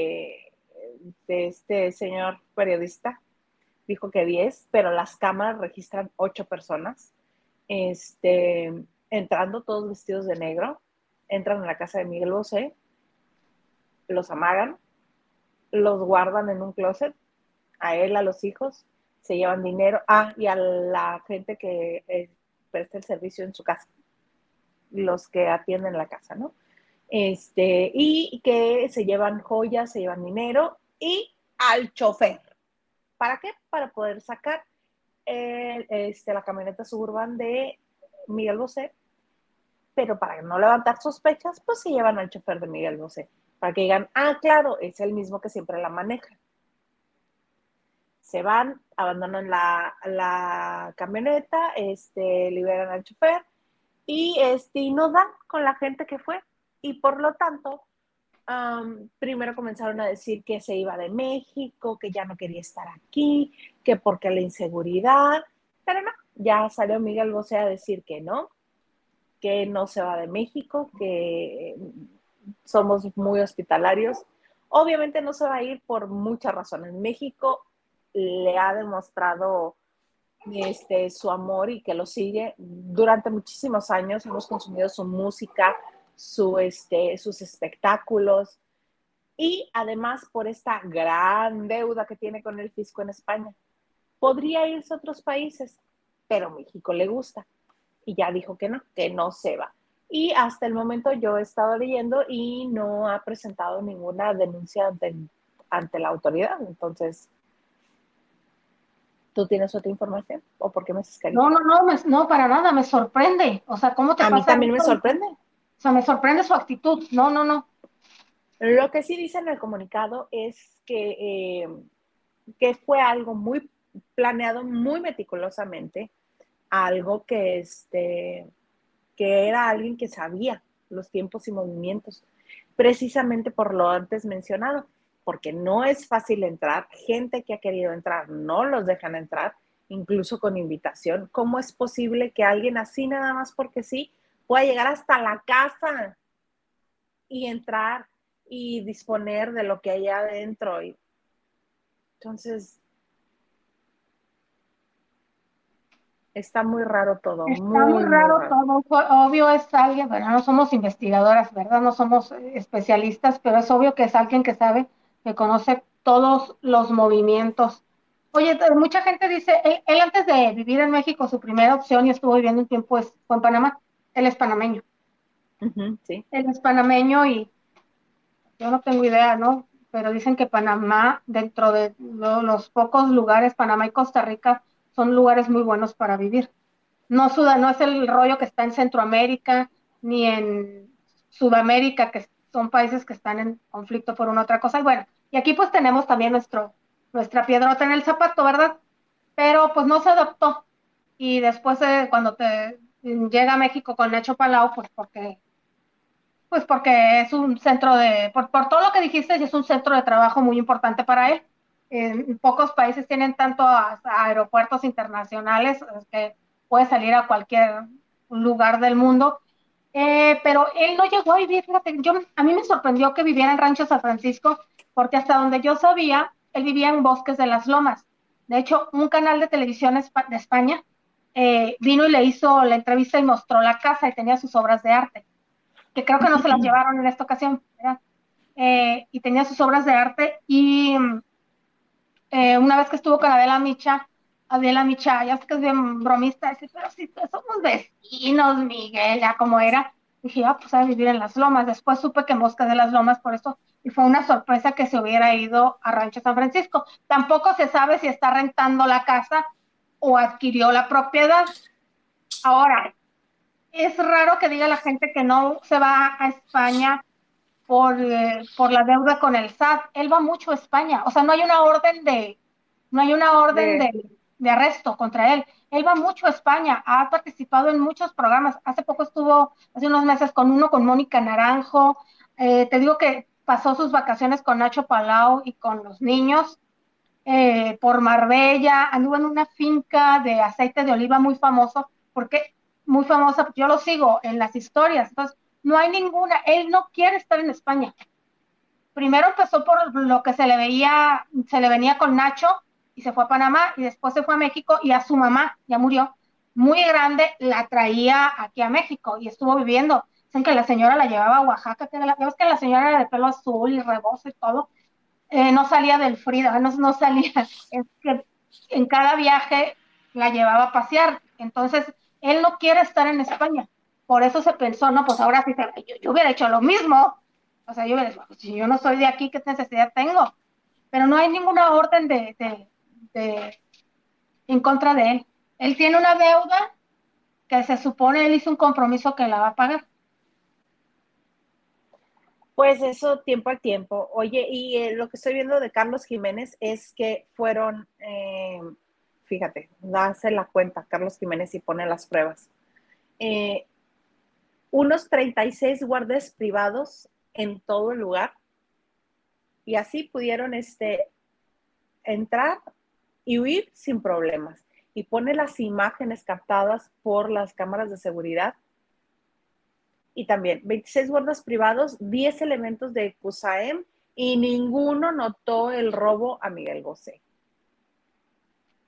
de este señor periodista dijo que 10, pero las cámaras registran 8 personas, entrando todos vestidos de negro, entran en la casa de Miguel Bosé, los amagan, los guardan en un closet, a él, a los hijos, se llevan dinero, y a la gente que presta el servicio en su casa, los que atienden la casa, ¿no? Y que se llevan joyas, se llevan dinero y al chofer. ¿Para qué? Para poder sacar la camioneta suburban de Miguel Bosé, pero para no levantar sospechas, pues se llevan al chofer de Miguel Bosé, para que digan, claro, es el mismo que siempre la maneja. Se van, abandonan la camioneta, liberan al chofer y no dan con la gente que fue. Y por lo tanto, primero comenzaron a decir que se iba de México, que ya no quería estar aquí, que porque la inseguridad, pero no, ya salió Miguel Bosé a decir que no se va de México, que somos muy hospitalarios. Obviamente no se va a ir por muchas razones. México le ha demostrado su amor y que lo sigue durante muchísimos años. Hemos consumido su música, sus espectáculos y además por esta gran deuda que tiene con el fisco en España. Podría irse a otros países, pero México le gusta y ya dijo que no se va. Y hasta el momento yo he estado leyendo y no ha presentado ninguna denuncia ante la autoridad. Entonces, ¿tú tienes otra información? ¿O por qué me haces carita? No, para nada, me sorprende. O sea, ¿cómo te A mí pasa también me eso? sorprende. O sea, me sorprende su actitud. No. Lo que sí dice en el comunicado es que fue algo muy planeado, muy meticulosamente, algo que era alguien que sabía los tiempos y movimientos, precisamente por lo antes mencionado, porque no es fácil entrar, gente que ha querido entrar no los dejan entrar, incluso con invitación. ¿Cómo es posible que alguien así nada más porque sí pueda llegar hasta la casa y entrar y disponer de lo que hay adentro? Y entonces, está muy raro todo, Está muy muy, muy raro raro. todo. Obvio es alguien, bueno, no somos investigadoras, ¿verdad? No somos especialistas, pero es obvio que es alguien que sabe, que conoce todos los movimientos. Oye, mucha gente dice, él antes de vivir en México, su primera opción y estuvo viviendo un tiempo fue en Panamá. Él es panameño. Sí. Él es panameño y yo no tengo idea, ¿no? Pero dicen que Panamá, dentro de los pocos lugares, Panamá y Costa Rica, son lugares muy buenos para vivir. No es el rollo que está en Centroamérica ni en Sudamérica, que son países que están en conflicto por una otra cosa. Y bueno, y aquí pues tenemos también nuestra piedrota en el zapato, ¿verdad? Pero pues no se adaptó. Y después cuando te llega a México con Nacho Palau, pues porque es un centro por todo lo que dijiste, es un centro de trabajo muy importante para él. Pocos países tienen tanto aeropuertos internacionales que puede salir a cualquier lugar del mundo. Pero él no llegó a vivir, fíjate, a mí me sorprendió que viviera en Rancho San Francisco, porque hasta donde yo sabía, él vivía en Bosques de las Lomas. De hecho, un canal de televisión de España vino y le hizo la entrevista y mostró la casa y tenía sus obras de arte, que creo que no se las llevaron en esta ocasión, ¿verdad? Y tenía sus obras de arte y una vez que estuvo con Adela Micha, ya sé que es bien bromista, dice, pero si pues, somos vecinos, Miguel, ya como era, dije, pues a vivir en las lomas. Después supe que Mosca de las Lomas, por eso, y fue una sorpresa que se hubiera ido a Rancho San Francisco. Tampoco se sabe si está rentando la casa o adquirió la propiedad. Ahora, es raro que diga la gente que no se va a España por la deuda con el SAT. Él va mucho a España, o sea, no hay una orden De, de arresto contra él. Él va mucho a España, ha participado en muchos programas. Hace poco estuvo, hace unos meses, con uno con Mónica Naranjo. Te digo que pasó sus vacaciones con Nacho Palau y con los niños por Marbella. Anduvo en una finca de aceite de oliva muy famoso, porque muy famosa, yo lo sigo en las historias. Entonces, no hay ninguna, él no quiere estar en España. Primero empezó por lo que se le venía con Nacho y se fue a Panamá y después se fue a México y a su mamá, ya murió, muy grande, la traía aquí a México y estuvo viviendo. Dicen que la señora la llevaba a Oaxaca, ya ves que la señora era de pelo azul y rebozo y todo, no salía del Frida, no salía, es que en cada viaje la llevaba a pasear. Entonces, él no quiere estar en España. Por eso se pensó, no, pues ahora sí, yo hubiera hecho lo mismo. O sea, yo hubiera dicho, pues, si yo no soy de aquí, ¿qué necesidad tengo? Pero no hay ninguna orden de en contra de él. Él tiene una deuda que se supone él hizo un compromiso que la va a pagar. pues eso, tiempo al tiempo. Oye, y lo que estoy viendo de Carlos Jiménez es que fueron, fíjate, hace la cuenta Carlos Jiménez y pone las pruebas. Eh, Unos 36 guardias privados en todo el lugar y así pudieron entrar y huir sin problemas. Y pone las imágenes captadas por las cámaras de seguridad. Y también 26 guardas privados, 10 elementos de CUSAEM y ninguno notó el robo a Miguel Bosé.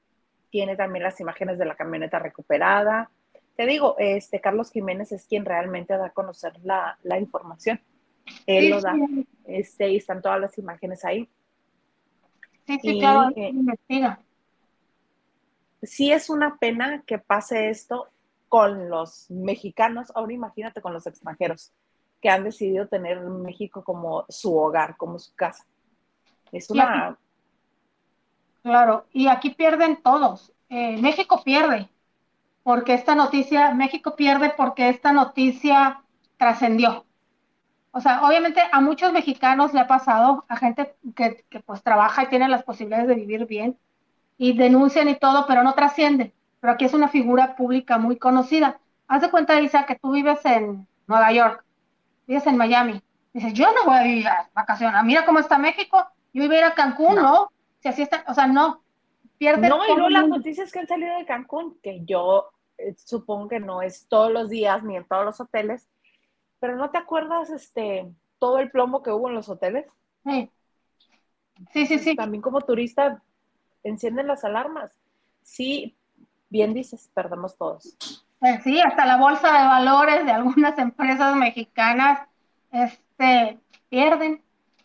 tiene también las imágenes de la camioneta recuperada. Te digo, Carlos Jiménez es quien realmente da a conocer la información. Él Sí, lo da. sí, Y están todas las imágenes ahí. sí, sí, claro, Y investiga. sí es una pena que pase esto con los mexicanos. Ahora imagínate con los extranjeros que han decidido tener México como su hogar, como su casa. Es Y aquí, una... claro, y aquí pierden todos. México pierde, porque esta noticia, México pierde porque esta noticia trascendió. O sea, obviamente a muchos mexicanos le ha pasado, a gente que pues trabaja y tiene las posibilidades de vivir bien, y denuncian y todo, pero no trasciende. Pero aquí es una figura pública muy conocida. Haz de cuenta, Isa, que tú vives en Nueva York, vives en Miami. Dices, yo no voy a vivir a vacaciones. Mira cómo está México. Yo iba a ir a Cancún, No, ¿no? Si así está, o sea, no. Pierde no, y todo luego el las mundo. noticias que han salido de Cancún, que yo supongo que no es todos los días ni en todos los hoteles, pero ¿no te acuerdas todo el plomo que hubo en los hoteles? Sí, sí, sí, Entonces, sí. también como turista, encienden las alarmas. Sí, bien dices, perdemos todos. Sí, hasta la bolsa de valores de algunas empresas mexicanas, pierden.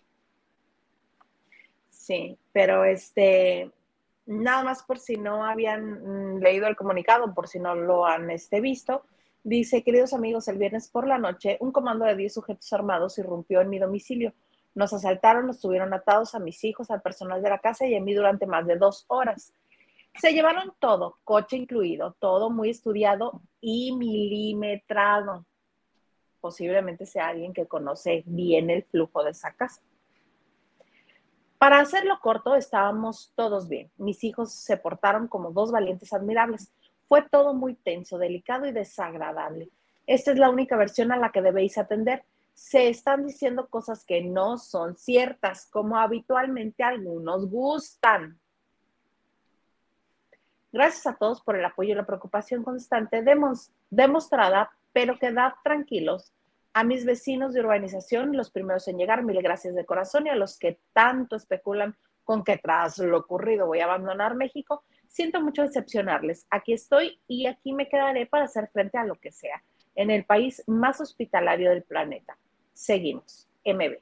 Sí, pero nada más por si no habían leído el comunicado, por si no lo han visto, dice, queridos amigos, el viernes por la noche, un comando de 10 sujetos armados irrumpió en mi domicilio. Nos asaltaron, nos tuvieron atados a mis hijos, al personal de la casa y a mí durante más de 2 horas. Se llevaron todo, coche incluido, todo muy estudiado y milimetrado. Posiblemente sea alguien que conoce bien el flujo de esa casa. Para hacerlo corto, estábamos todos bien. Mis hijos se portaron como dos valientes admirables. Fue todo muy tenso, delicado y desagradable. Esta es la única versión a la que debéis atender. Se están diciendo cosas que no son ciertas, como habitualmente algunos gustan. Gracias a todos por el apoyo y la preocupación constante demostrada, pero quedad tranquilos. A mis vecinos de urbanización, los primeros en llegar, mil gracias de corazón, y a los que tanto especulan con que tras lo ocurrido voy a abandonar México, siento mucho decepcionarles. Aquí estoy y aquí me quedaré para hacer frente a lo que sea, en el país más hospitalario del planeta. Seguimos. MB.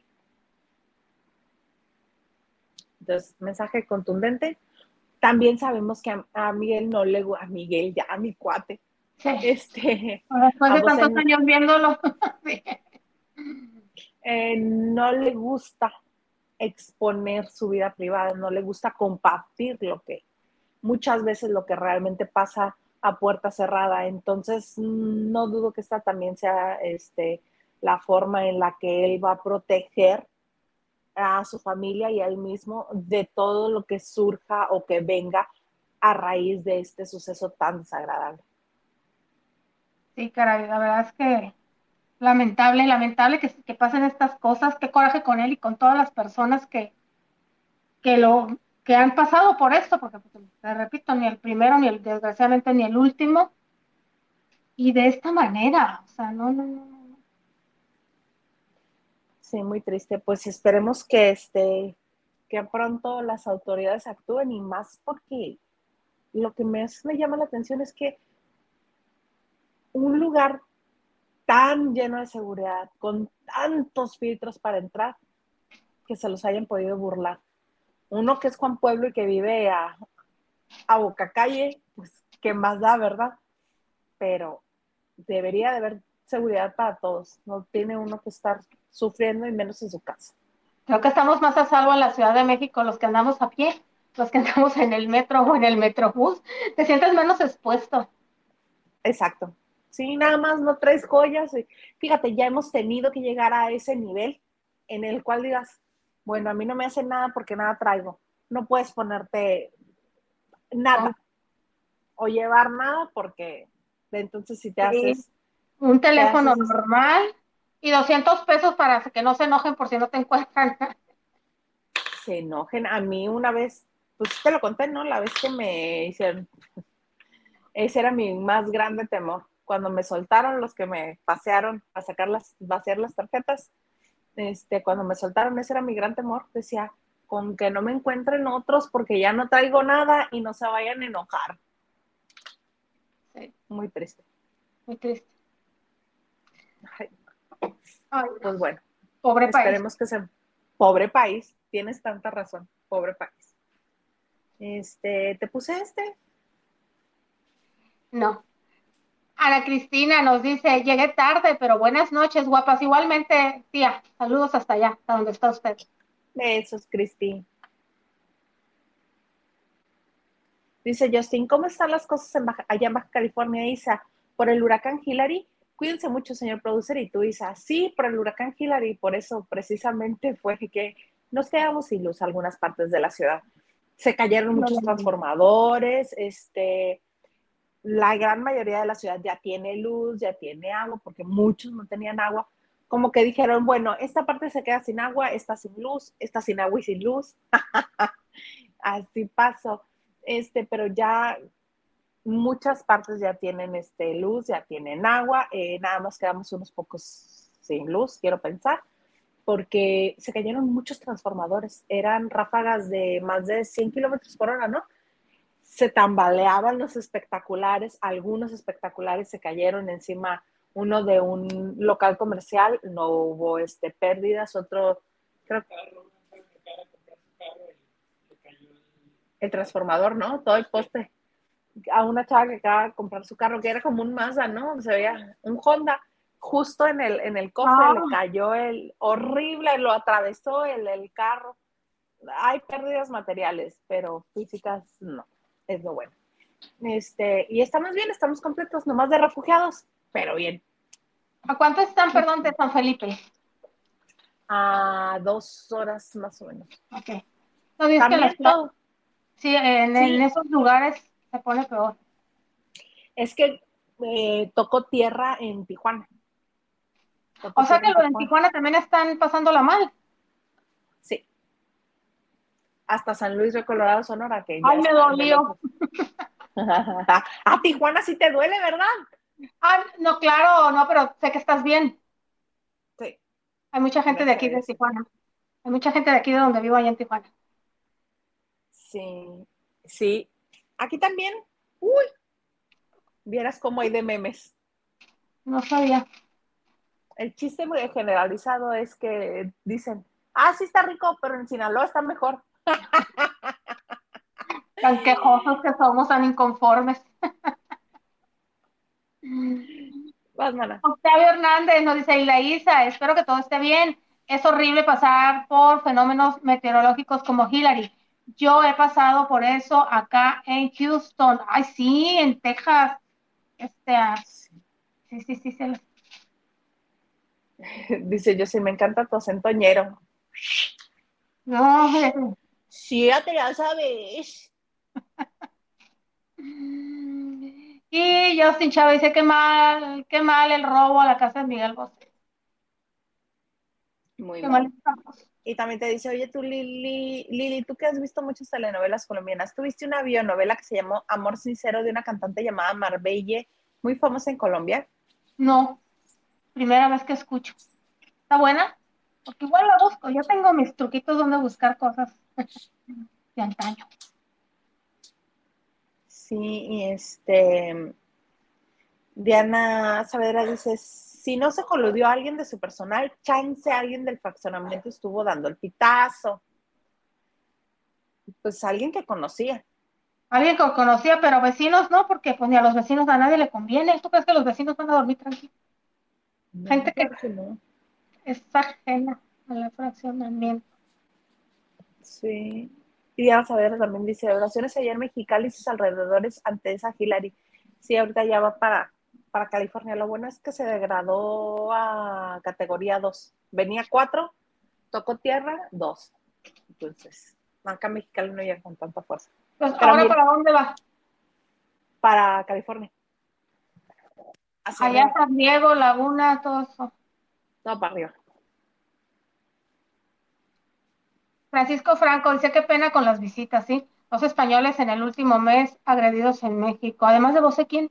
Entonces, mensaje contundente. También sabemos que a Miguel no le gusta, a Miguel, ya a mi cuate, Sí. este, Después a de vos tantos años viéndolo. Sí. no le gusta exponer su vida privada, no le gusta compartir muchas veces lo que realmente pasa a puerta cerrada. Entonces, no dudo que esta también sea la forma en la que él va a proteger a su familia y a él mismo de todo lo que surja o que venga a raíz de este suceso tan desagradable. Sí, caray, la verdad es que lamentable, lamentable que pasen estas cosas, qué coraje con él y con todas las personas que lo que han pasado por esto, porque pues, te repito, ni el primero, ni el, desgraciadamente, ni el último, y de esta manera, o sea, no, no, no, no. Sí, muy triste. Pues esperemos que pronto las autoridades actúen y más porque lo que más me llama la atención es que un lugar tan lleno de seguridad, con tantos filtros para entrar, que se los hayan podido burlar. Uno que es Juan Pueblo y que vive a boca calle, pues qué más da, ¿verdad? Pero debería de haber seguridad para todos. No tiene uno que estar sufriendo y menos en su casa. Creo que estamos más a salvo en la Ciudad de México los que andamos a pie, los que andamos en el metro o en el metrobús, te sientes menos expuesto. Exacto. Sí, nada más no traes joyas. Fíjate, ya hemos tenido que llegar a ese nivel en el cual digas, bueno, a mí no me hacen nada porque nada traigo. No puedes ponerte ¿No? nada o llevar nada porque entonces si Sí, un te teléfono haces, normal y 200 pesos para que no se enojen por si no te encuentran. se enojen. A mí una vez, pues te lo conté, ¿no? La vez que me hicieron, ese era mi más grande temor. Cuando me soltaron los que me pasearon a vaciar las tarjetas, cuando me soltaron, ese era mi gran temor. Decía, con que no me encuentren otros porque ya no traigo nada y no se vayan a enojar. Sí, Muy triste. muy triste. Ay, Ay, pues bueno, pobre país. esperemos que sea. Pobre país, tienes tanta razón, pobre país. ¿Te puse este? No. Ana Cristina nos dice, llegué tarde, pero buenas noches, guapas. Igualmente, tía, saludos hasta allá, hasta donde está usted. Besos, Cristi. Dice Justin, ¿cómo están las cosas allá en Baja California, Isa? ¿Por el huracán Hillary? Cuídense mucho, señor producer. Y tú, Isa, sí, por el huracán Hillary. Por eso precisamente fue que nos quedamos sin luz algunas partes de la ciudad. Se cayeron muchos transformadores, la gran mayoría de la ciudad ya tiene luz, ya tiene agua, porque muchos no tenían agua. Como que dijeron, bueno, esta parte se queda sin agua, esta sin luz, esta sin agua y sin luz. Así pasó. Pero ya muchas partes ya tienen luz, ya tienen agua, nada más quedamos unos pocos sin luz, quiero pensar, porque se cayeron muchos transformadores, eran ráfagas de más de 100 kilómetros por hora, ¿no? Se tambaleaban los espectaculares, algunos espectaculares se cayeron encima, uno de un local comercial, no hubo pérdidas, otro, creo que el transformador, ¿no? Todo el poste. A una chava que acaba de comprar su carro, que era como un Mazda, ¿no? Se veía un Honda, justo en el cofre Ah, le cayó el horrible, lo atravesó el carro. Hay pérdidas materiales, pero físicas no, es lo bueno. Y estamos bien, estamos completos, nomás de refugiados, pero bien. ¿a cuánto están, perdón, de San Felipe? A 2 horas más o menos. Ok. No, es que en la También ciudad, todo, sí, en sí, esos lugares se pone peor. es que tocó tierra en Tijuana. O Tocó sea tierra que en los en Tijuana, Tijuana también están pasándola mal. sí. Hasta San Luis Río Colorado, Sonora, que ya Ay, me está de dolió. lejos. A Tijuana sí te duele, ¿verdad? Ah, no, claro, no, pero sé que estás bien. Sí, Hay mucha gente de gracias a aquí de Dios. Tijuana. Hay mucha gente de aquí de donde vivo allá en Tijuana. Sí, sí. Aquí también. Uy, vieras cómo hay de memes. No sabía. El chiste muy generalizado es que dicen, ah, sí está rico, pero en Sinaloa está mejor. Tan quejosos que somos, tan inconformes. Vas, mana. Octavio Hernández nos dice, y la Isa, espero que todo esté bien. Es horrible pasar por fenómenos meteorológicos como Hillary. Yo he pasado por eso acá en Houston. Ay, sí, en Texas. Sí, sí, sí, sí. Dice yo, sí, me encanta tu acentoñero. No, Sí, ya te la sabes. y Justin Chávez dice, qué mal el robo a la casa de Miguel Bosé. Muy Qué mal mal. estamos. Y también te dice, oye, tú, Lili, tú que has visto muchas telenovelas colombianas, tuviste una bionovela que se llamó Amor Sincero de una cantante llamada Marbelle, muy famosa en Colombia. No, primera vez que escucho. ¿Está buena? Porque igual la busco. Yo tengo mis truquitos donde buscar cosas de antaño. Sí, y Diana Saavedra dice, si no se coludió a alguien de su personal, chance alguien del fraccionamiento estuvo dando el pitazo. Pues alguien que conocía. Alguien que conocía, pero vecinos no, porque pues ni a los vecinos a nadie le conviene. ¿Tú crees que los vecinos van a dormir tranquilos? No, Gente que claro que no. es ajena al fraccionamiento. Sí. Y Diana Saavedra también dice, oraciones ayer en Mexicali y sus alrededores ante esa Hillary. Sí, ahorita ya va para California. Lo bueno es que se degradó a categoría 2. Venía 4, tocó tierra, 2. Entonces, acá Mexicali no llega con tanta fuerza. Pues Pero ahora mira, para dónde va? para California, hacia Allá arriba, San Diego, Laguna, todo eso. no para arriba. Francisco Franco dice qué pena con las visitas, ¿sí? Los españoles en el último mes agredidos en México. Además de vos, ¿quién?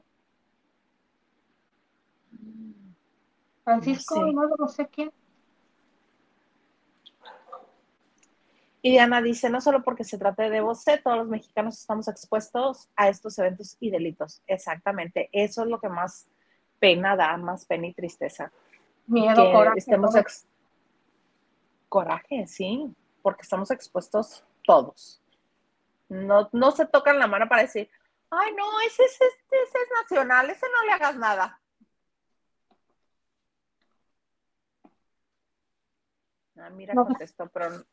No Francisco, sé. además de vos, ¿quién? Y Diana dice, no solo porque se trate de Bosé, todos los mexicanos estamos expuestos a estos eventos y delitos. Exactamente, eso es lo que más pena da, más pena y tristeza. Miedo, Que coraje, estemos, todo. coraje, sí, porque estamos expuestos todos. No, no se tocan la mano para decir, ay, no, ese es nacional, ese no le hagas nada. Ah, mira, No, pues, contestó, pero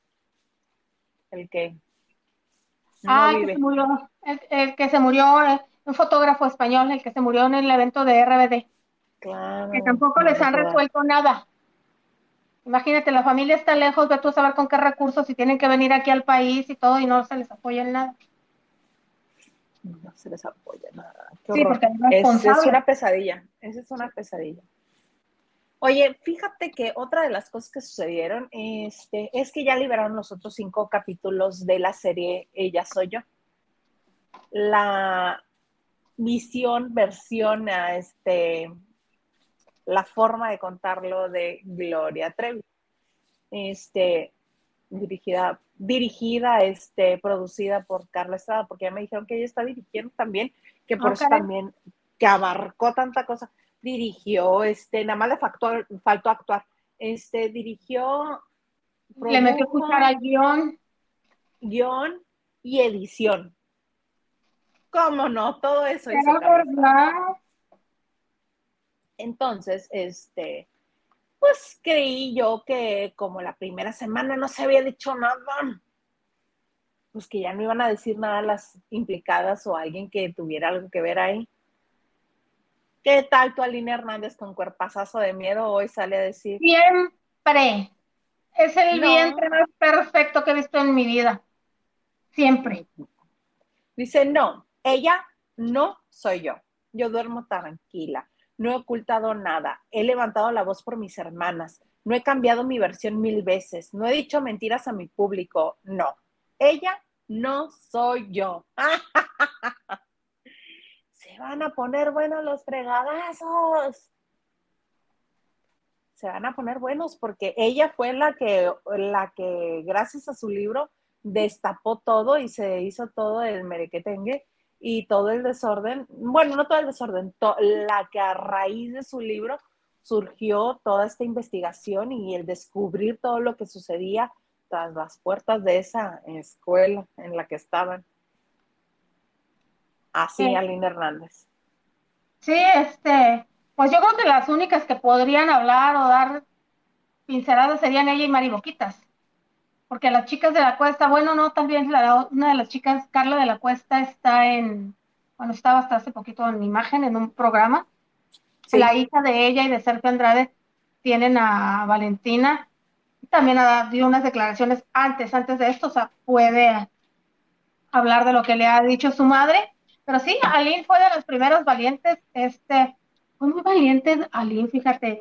el que no el que se vive. murió, el que se murió, un fotógrafo español, el que se murió en el evento de RBD, que Claro, tampoco me les han recordaron. resuelto nada. Imagínate, la familia está lejos, ve tú a saber con qué recursos y tienen que venir aquí al país y todo y no se les apoya en nada. No se les apoya nada. Qué Sí, horror. porque es Es responsable. una pesadilla. Esa es una pesadilla. Oye, fíjate que otra de las cosas que sucedieron es que ya liberaron los otros 5 capítulos de la serie Ella Soy Yo. La visión, versión, la forma de contarlo de Gloria Trevi. Este, dirigida, producida por Carla Estrada, porque ya me dijeron que ella está dirigiendo también, que por Ok. eso también, que abarcó tanta cosa, dirigió, nada más le faltó actuar, dirigió, Le metió cuchara produjo, al guión. guión y edición. ¿Cómo no? Todo eso hizo Era Carla Estrada. verdad. Entonces, pues creí yo que como la primera semana no se había dicho nada, pues que ya no iban a decir nada las implicadas o alguien que tuviera algo que ver ahí. ¿Qué tal tu Aline Hernández con cuerpazazo de miedo hoy sale a decir? Siempre. Es el vientre No, más perfecto que he visto en mi vida. Siempre. dice, no, ella no soy yo. Yo duermo tranquila, no he ocultado nada, he levantado la voz por mis hermanas, no he cambiado mi versión 1000 veces, no he dicho mentiras a mi público, no. Ella no soy yo. Se van a poner buenos los fregadazos. Se van a poner buenos porque ella fue la que gracias a su libro destapó todo y se hizo todo el merequetengue y todo el desorden, bueno, no todo el desorden, la que a raíz de su libro surgió toda esta investigación y el descubrir todo lo que sucedía tras las puertas de esa escuela en la que estaban. Así, Eh, Aline Hernández. sí, pues yo creo que las únicas que podrían hablar o dar pinceladas serían ella y Mari Boquitas. Porque las chicas de la Cuesta, bueno, no, también una de las chicas, Carla de la Cuesta, bueno, estaba hasta hace poquito en imagen en un programa. La Sí, hija de ella y de Sergio Andrade tienen a Valentina. También dio unas declaraciones antes de esto, o sea, puede hablar de lo que le ha dicho su madre. Pero sí, Aline fue de los primeros valientes. Fue muy valiente Aline, fíjate,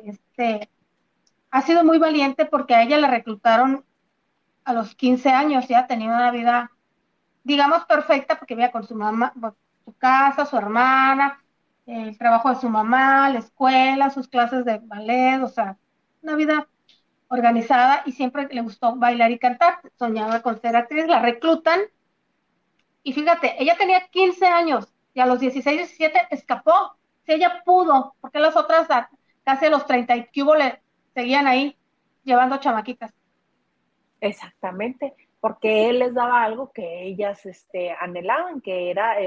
ha sido muy valiente porque a ella la reclutaron a los 15 años, ya tenía una vida, digamos, perfecta porque vivía con su mamá, su casa, su hermana, el trabajo de su mamá, la escuela, sus clases de ballet, o sea, una vida organizada y siempre le gustó bailar y cantar, soñaba con ser actriz, la reclutan y fíjate, ella tenía 15 años y a los 16, 17 escapó, si ella pudo, porque las otras casi a los 30 y que hubo le seguían ahí llevando chamaquitas. exactamente, porque él les daba algo que ellas anhelaban, que era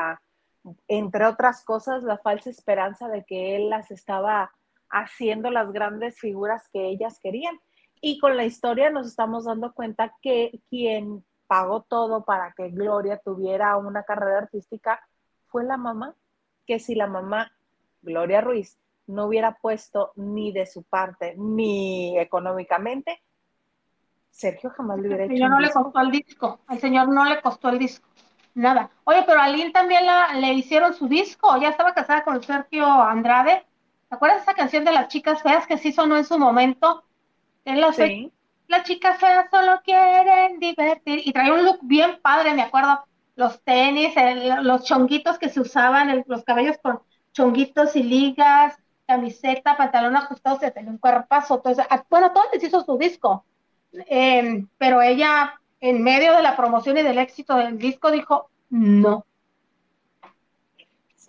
entre otras cosas, la falsa esperanza de que él las estaba haciendo las grandes figuras que ellas querían. Y con la historia nos estamos dando cuenta que quien pagó todo para que Gloria tuviera una carrera artística fue la mamá, que si la mamá, Gloria Ruiz, no hubiera puesto ni de su parte, ni económicamente, Sergio jamás le Al hubiera hecho señor un no le disco. costó el disco, al señor no le costó el disco, nada. Oye, pero a Lynn también le hicieron su disco, ya estaba casada con Sergio Andrade. ¿Te acuerdas de esa canción de las chicas feas que sí sonó en su momento? En Sí, las chicas feas solo quieren divertir. Y traía un look bien padre, me acuerdo. Los tenis, los chonguitos que se usaban, los cabellos con chonguitos y ligas, camiseta, pantalón ajustado, se tenía un cuerpazo. Entonces, bueno, todo les hizo su disco. pero ella, en medio de la promoción y del éxito del disco, dijo, no. Sí,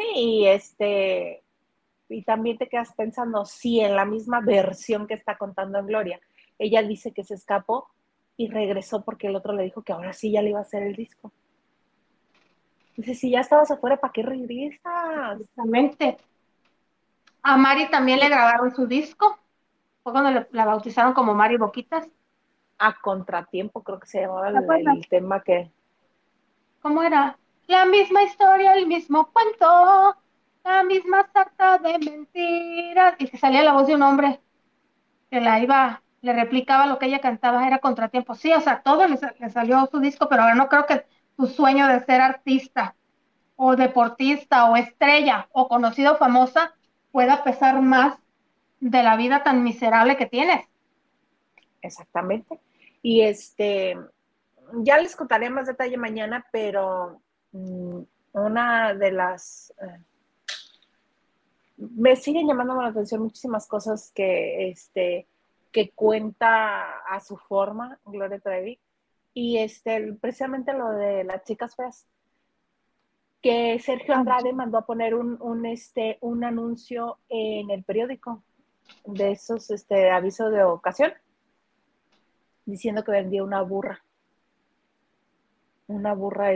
y también te quedas pensando, si en la misma versión que está contando Gloria, ella dice que se escapó y regresó porque el otro le dijo que ahora sí ya le iba a hacer el disco. Dice, si ya estabas afuera, ¿para qué regresas? Exactamente. A Mari también le Y grabaron su disco, fue cuando la bautizaron como Mari Boquitas. a contratiempo, creo que se llamaba ¿Te acuerdas? el tema que... ¿Cómo era? La misma historia, el mismo cuento, la misma sarta de mentiras. Y que salía la voz de un hombre que le replicaba lo que ella cantaba, era contratiempo. Sí, o sea, todo le salió su disco, pero ahora no creo que tu sueño de ser artista o deportista o estrella o conocido o famosa pueda pesar más de la vida tan miserable que tienes. Exactamente. Y ya les contaré más detalle mañana, pero una de las... me siguen llamando la atención muchísimas cosas que cuenta a su forma Gloria Trevi. Y precisamente lo de las chicas feas, que Sergio Andrade mandó a poner un anuncio en el periódico de esos avisos de ocasión, diciendo que vendía una burra,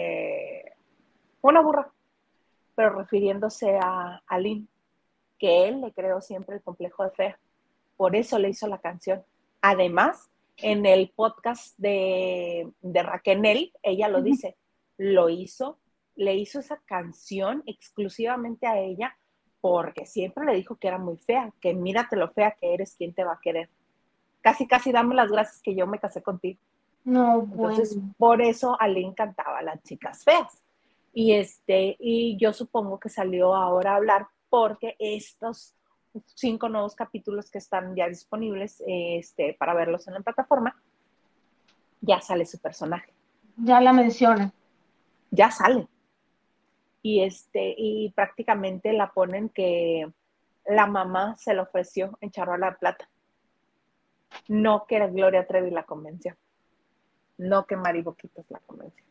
una burra, pero refiriéndose a Lynn, que él le creó siempre el complejo de fea. Por eso le hizo la canción. Además, en el podcast de Raquel, ella lo dice, lo hizo, le hizo esa canción exclusivamente a ella porque siempre le dijo que era muy fea, que mírate lo fea que eres, ¿quién te va a querer? Casi, casi dame las gracias que yo me casé contigo. No, Entonces, bueno. por eso a le encantaba a las chicas feas. Y yo supongo que salió ahora a hablar porque estos 5 nuevos capítulos que están ya disponibles para verlos en la plataforma, ya sale su personaje, Ya la mencionan. ya sale. Y prácticamente la ponen que la mamá se le ofreció en Charola de Plata, no que Gloria Trevi la convenció, no que Mari Boquitas la convenció.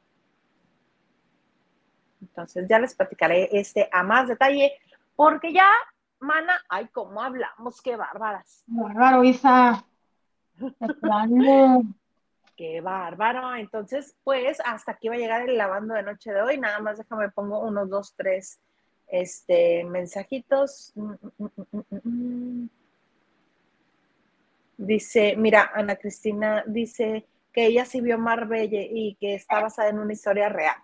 Entonces ya les platicaré a más detalle, porque ya, mana, ay, cómo hablamos, qué bárbaras. Bárbaro, Isa. De plano. Qué bárbaro. Entonces, pues hasta aquí va a llegar el lavando de noche de hoy. Nada más déjame pongo unos, dos, tres mensajitos. Dice, mira, Ana Cristina dice que ella sí vio Marbella y que está basada en una historia real.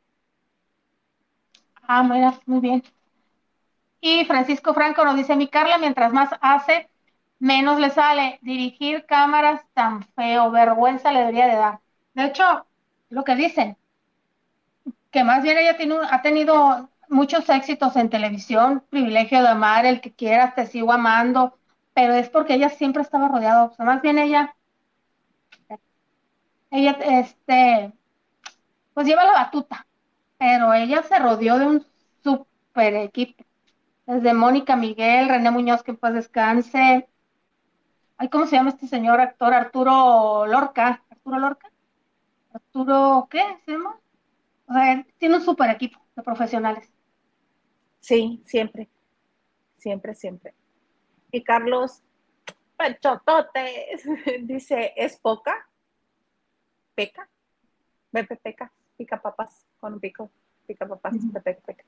Ah, mira, muy bien. Y Francisco Franco nos dice, mi Carla, mientras más hace, menos le sale. Dirigir cámaras tan feo, vergüenza le debería de dar. De hecho, lo que dicen, que más bien ella ha tenido muchos éxitos en televisión, privilegio de amar, el que quieras, te sigo amando, pero es porque ella siempre estaba rodeada, o sea, más bien ella, pues lleva la batuta, pero ella se rodeó de un super equipo, desde Mónica Miguel, René Muñoz, que pues descanse. Ay, ¿cómo se llama este señor actor? Arturo Lorca. ¿Arturo Lorca? ¿Arturo qué se llama? O sea, él tiene un super equipo de profesionales. Sí, siempre, siempre, siempre. Y Carlos, pechototes, dice, ¿es poca? ¿Peca? Pepe Peca, pica papas con un pico, pica papas, Pepe Pecas.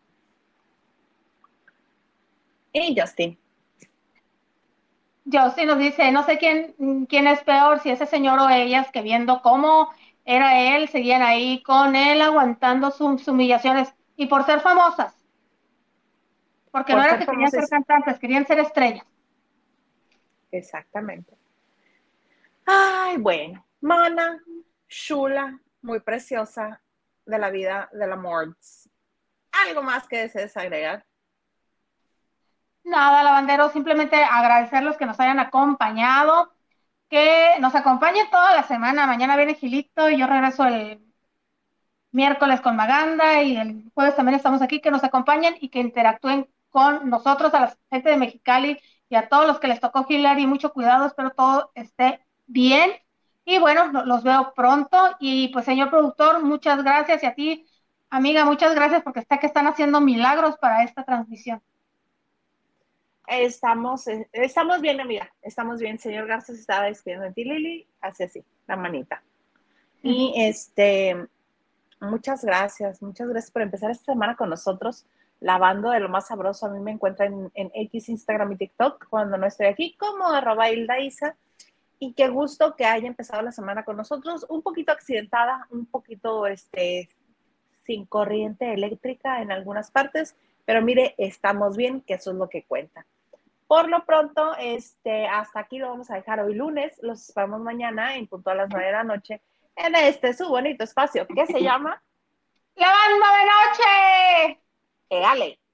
Y Justin. Yo sí nos dice, no sé quién es peor, si ese señor o ellas, que viendo cómo era él, seguían ahí con él aguantando sus humillaciones. Y por ser famosas, porque no Por era ser que querían ser famosos. cantantes, querían ser estrellas. Exactamente. Ay, bueno, mana, chula, muy preciosa de la vida del amor. ¿Algo más que desees agregar? Nada, lavandero, simplemente agradecerlos que nos hayan acompañado, que nos acompañen toda la semana. Mañana viene Gilito y yo regreso el miércoles con Maganda y el jueves también estamos aquí, que nos acompañen y que interactúen con nosotros, a la gente de Mexicali y a todos los que les tocó Hillary. Mucho cuidado, espero todo esté bien. Y bueno, los veo pronto. Y pues, señor productor, muchas gracias. Y a ti, amiga, muchas gracias porque sé que están haciendo milagros para esta transmisión. Estamos bien, amiga. Estamos bien. Señor Garza se estaba despidiendo de ti, Lili. Hace así, la manita. Y muchas gracias por empezar esta semana con nosotros, lavando de lo más sabroso. A mí me encuentran en X, Instagram y TikTok cuando no estoy aquí, como @HildaIsa. Y qué gusto que haya empezado la semana con nosotros, un poquito accidentada, un poquito sin corriente eléctrica en algunas partes, pero mire, estamos bien, que eso es lo que cuenta. Por lo pronto, hasta aquí lo vamos a dejar hoy lunes. Los esperamos mañana en punto a las 9 de la noche en su bonito espacio que se llama ¡Lavando de noche! Egale.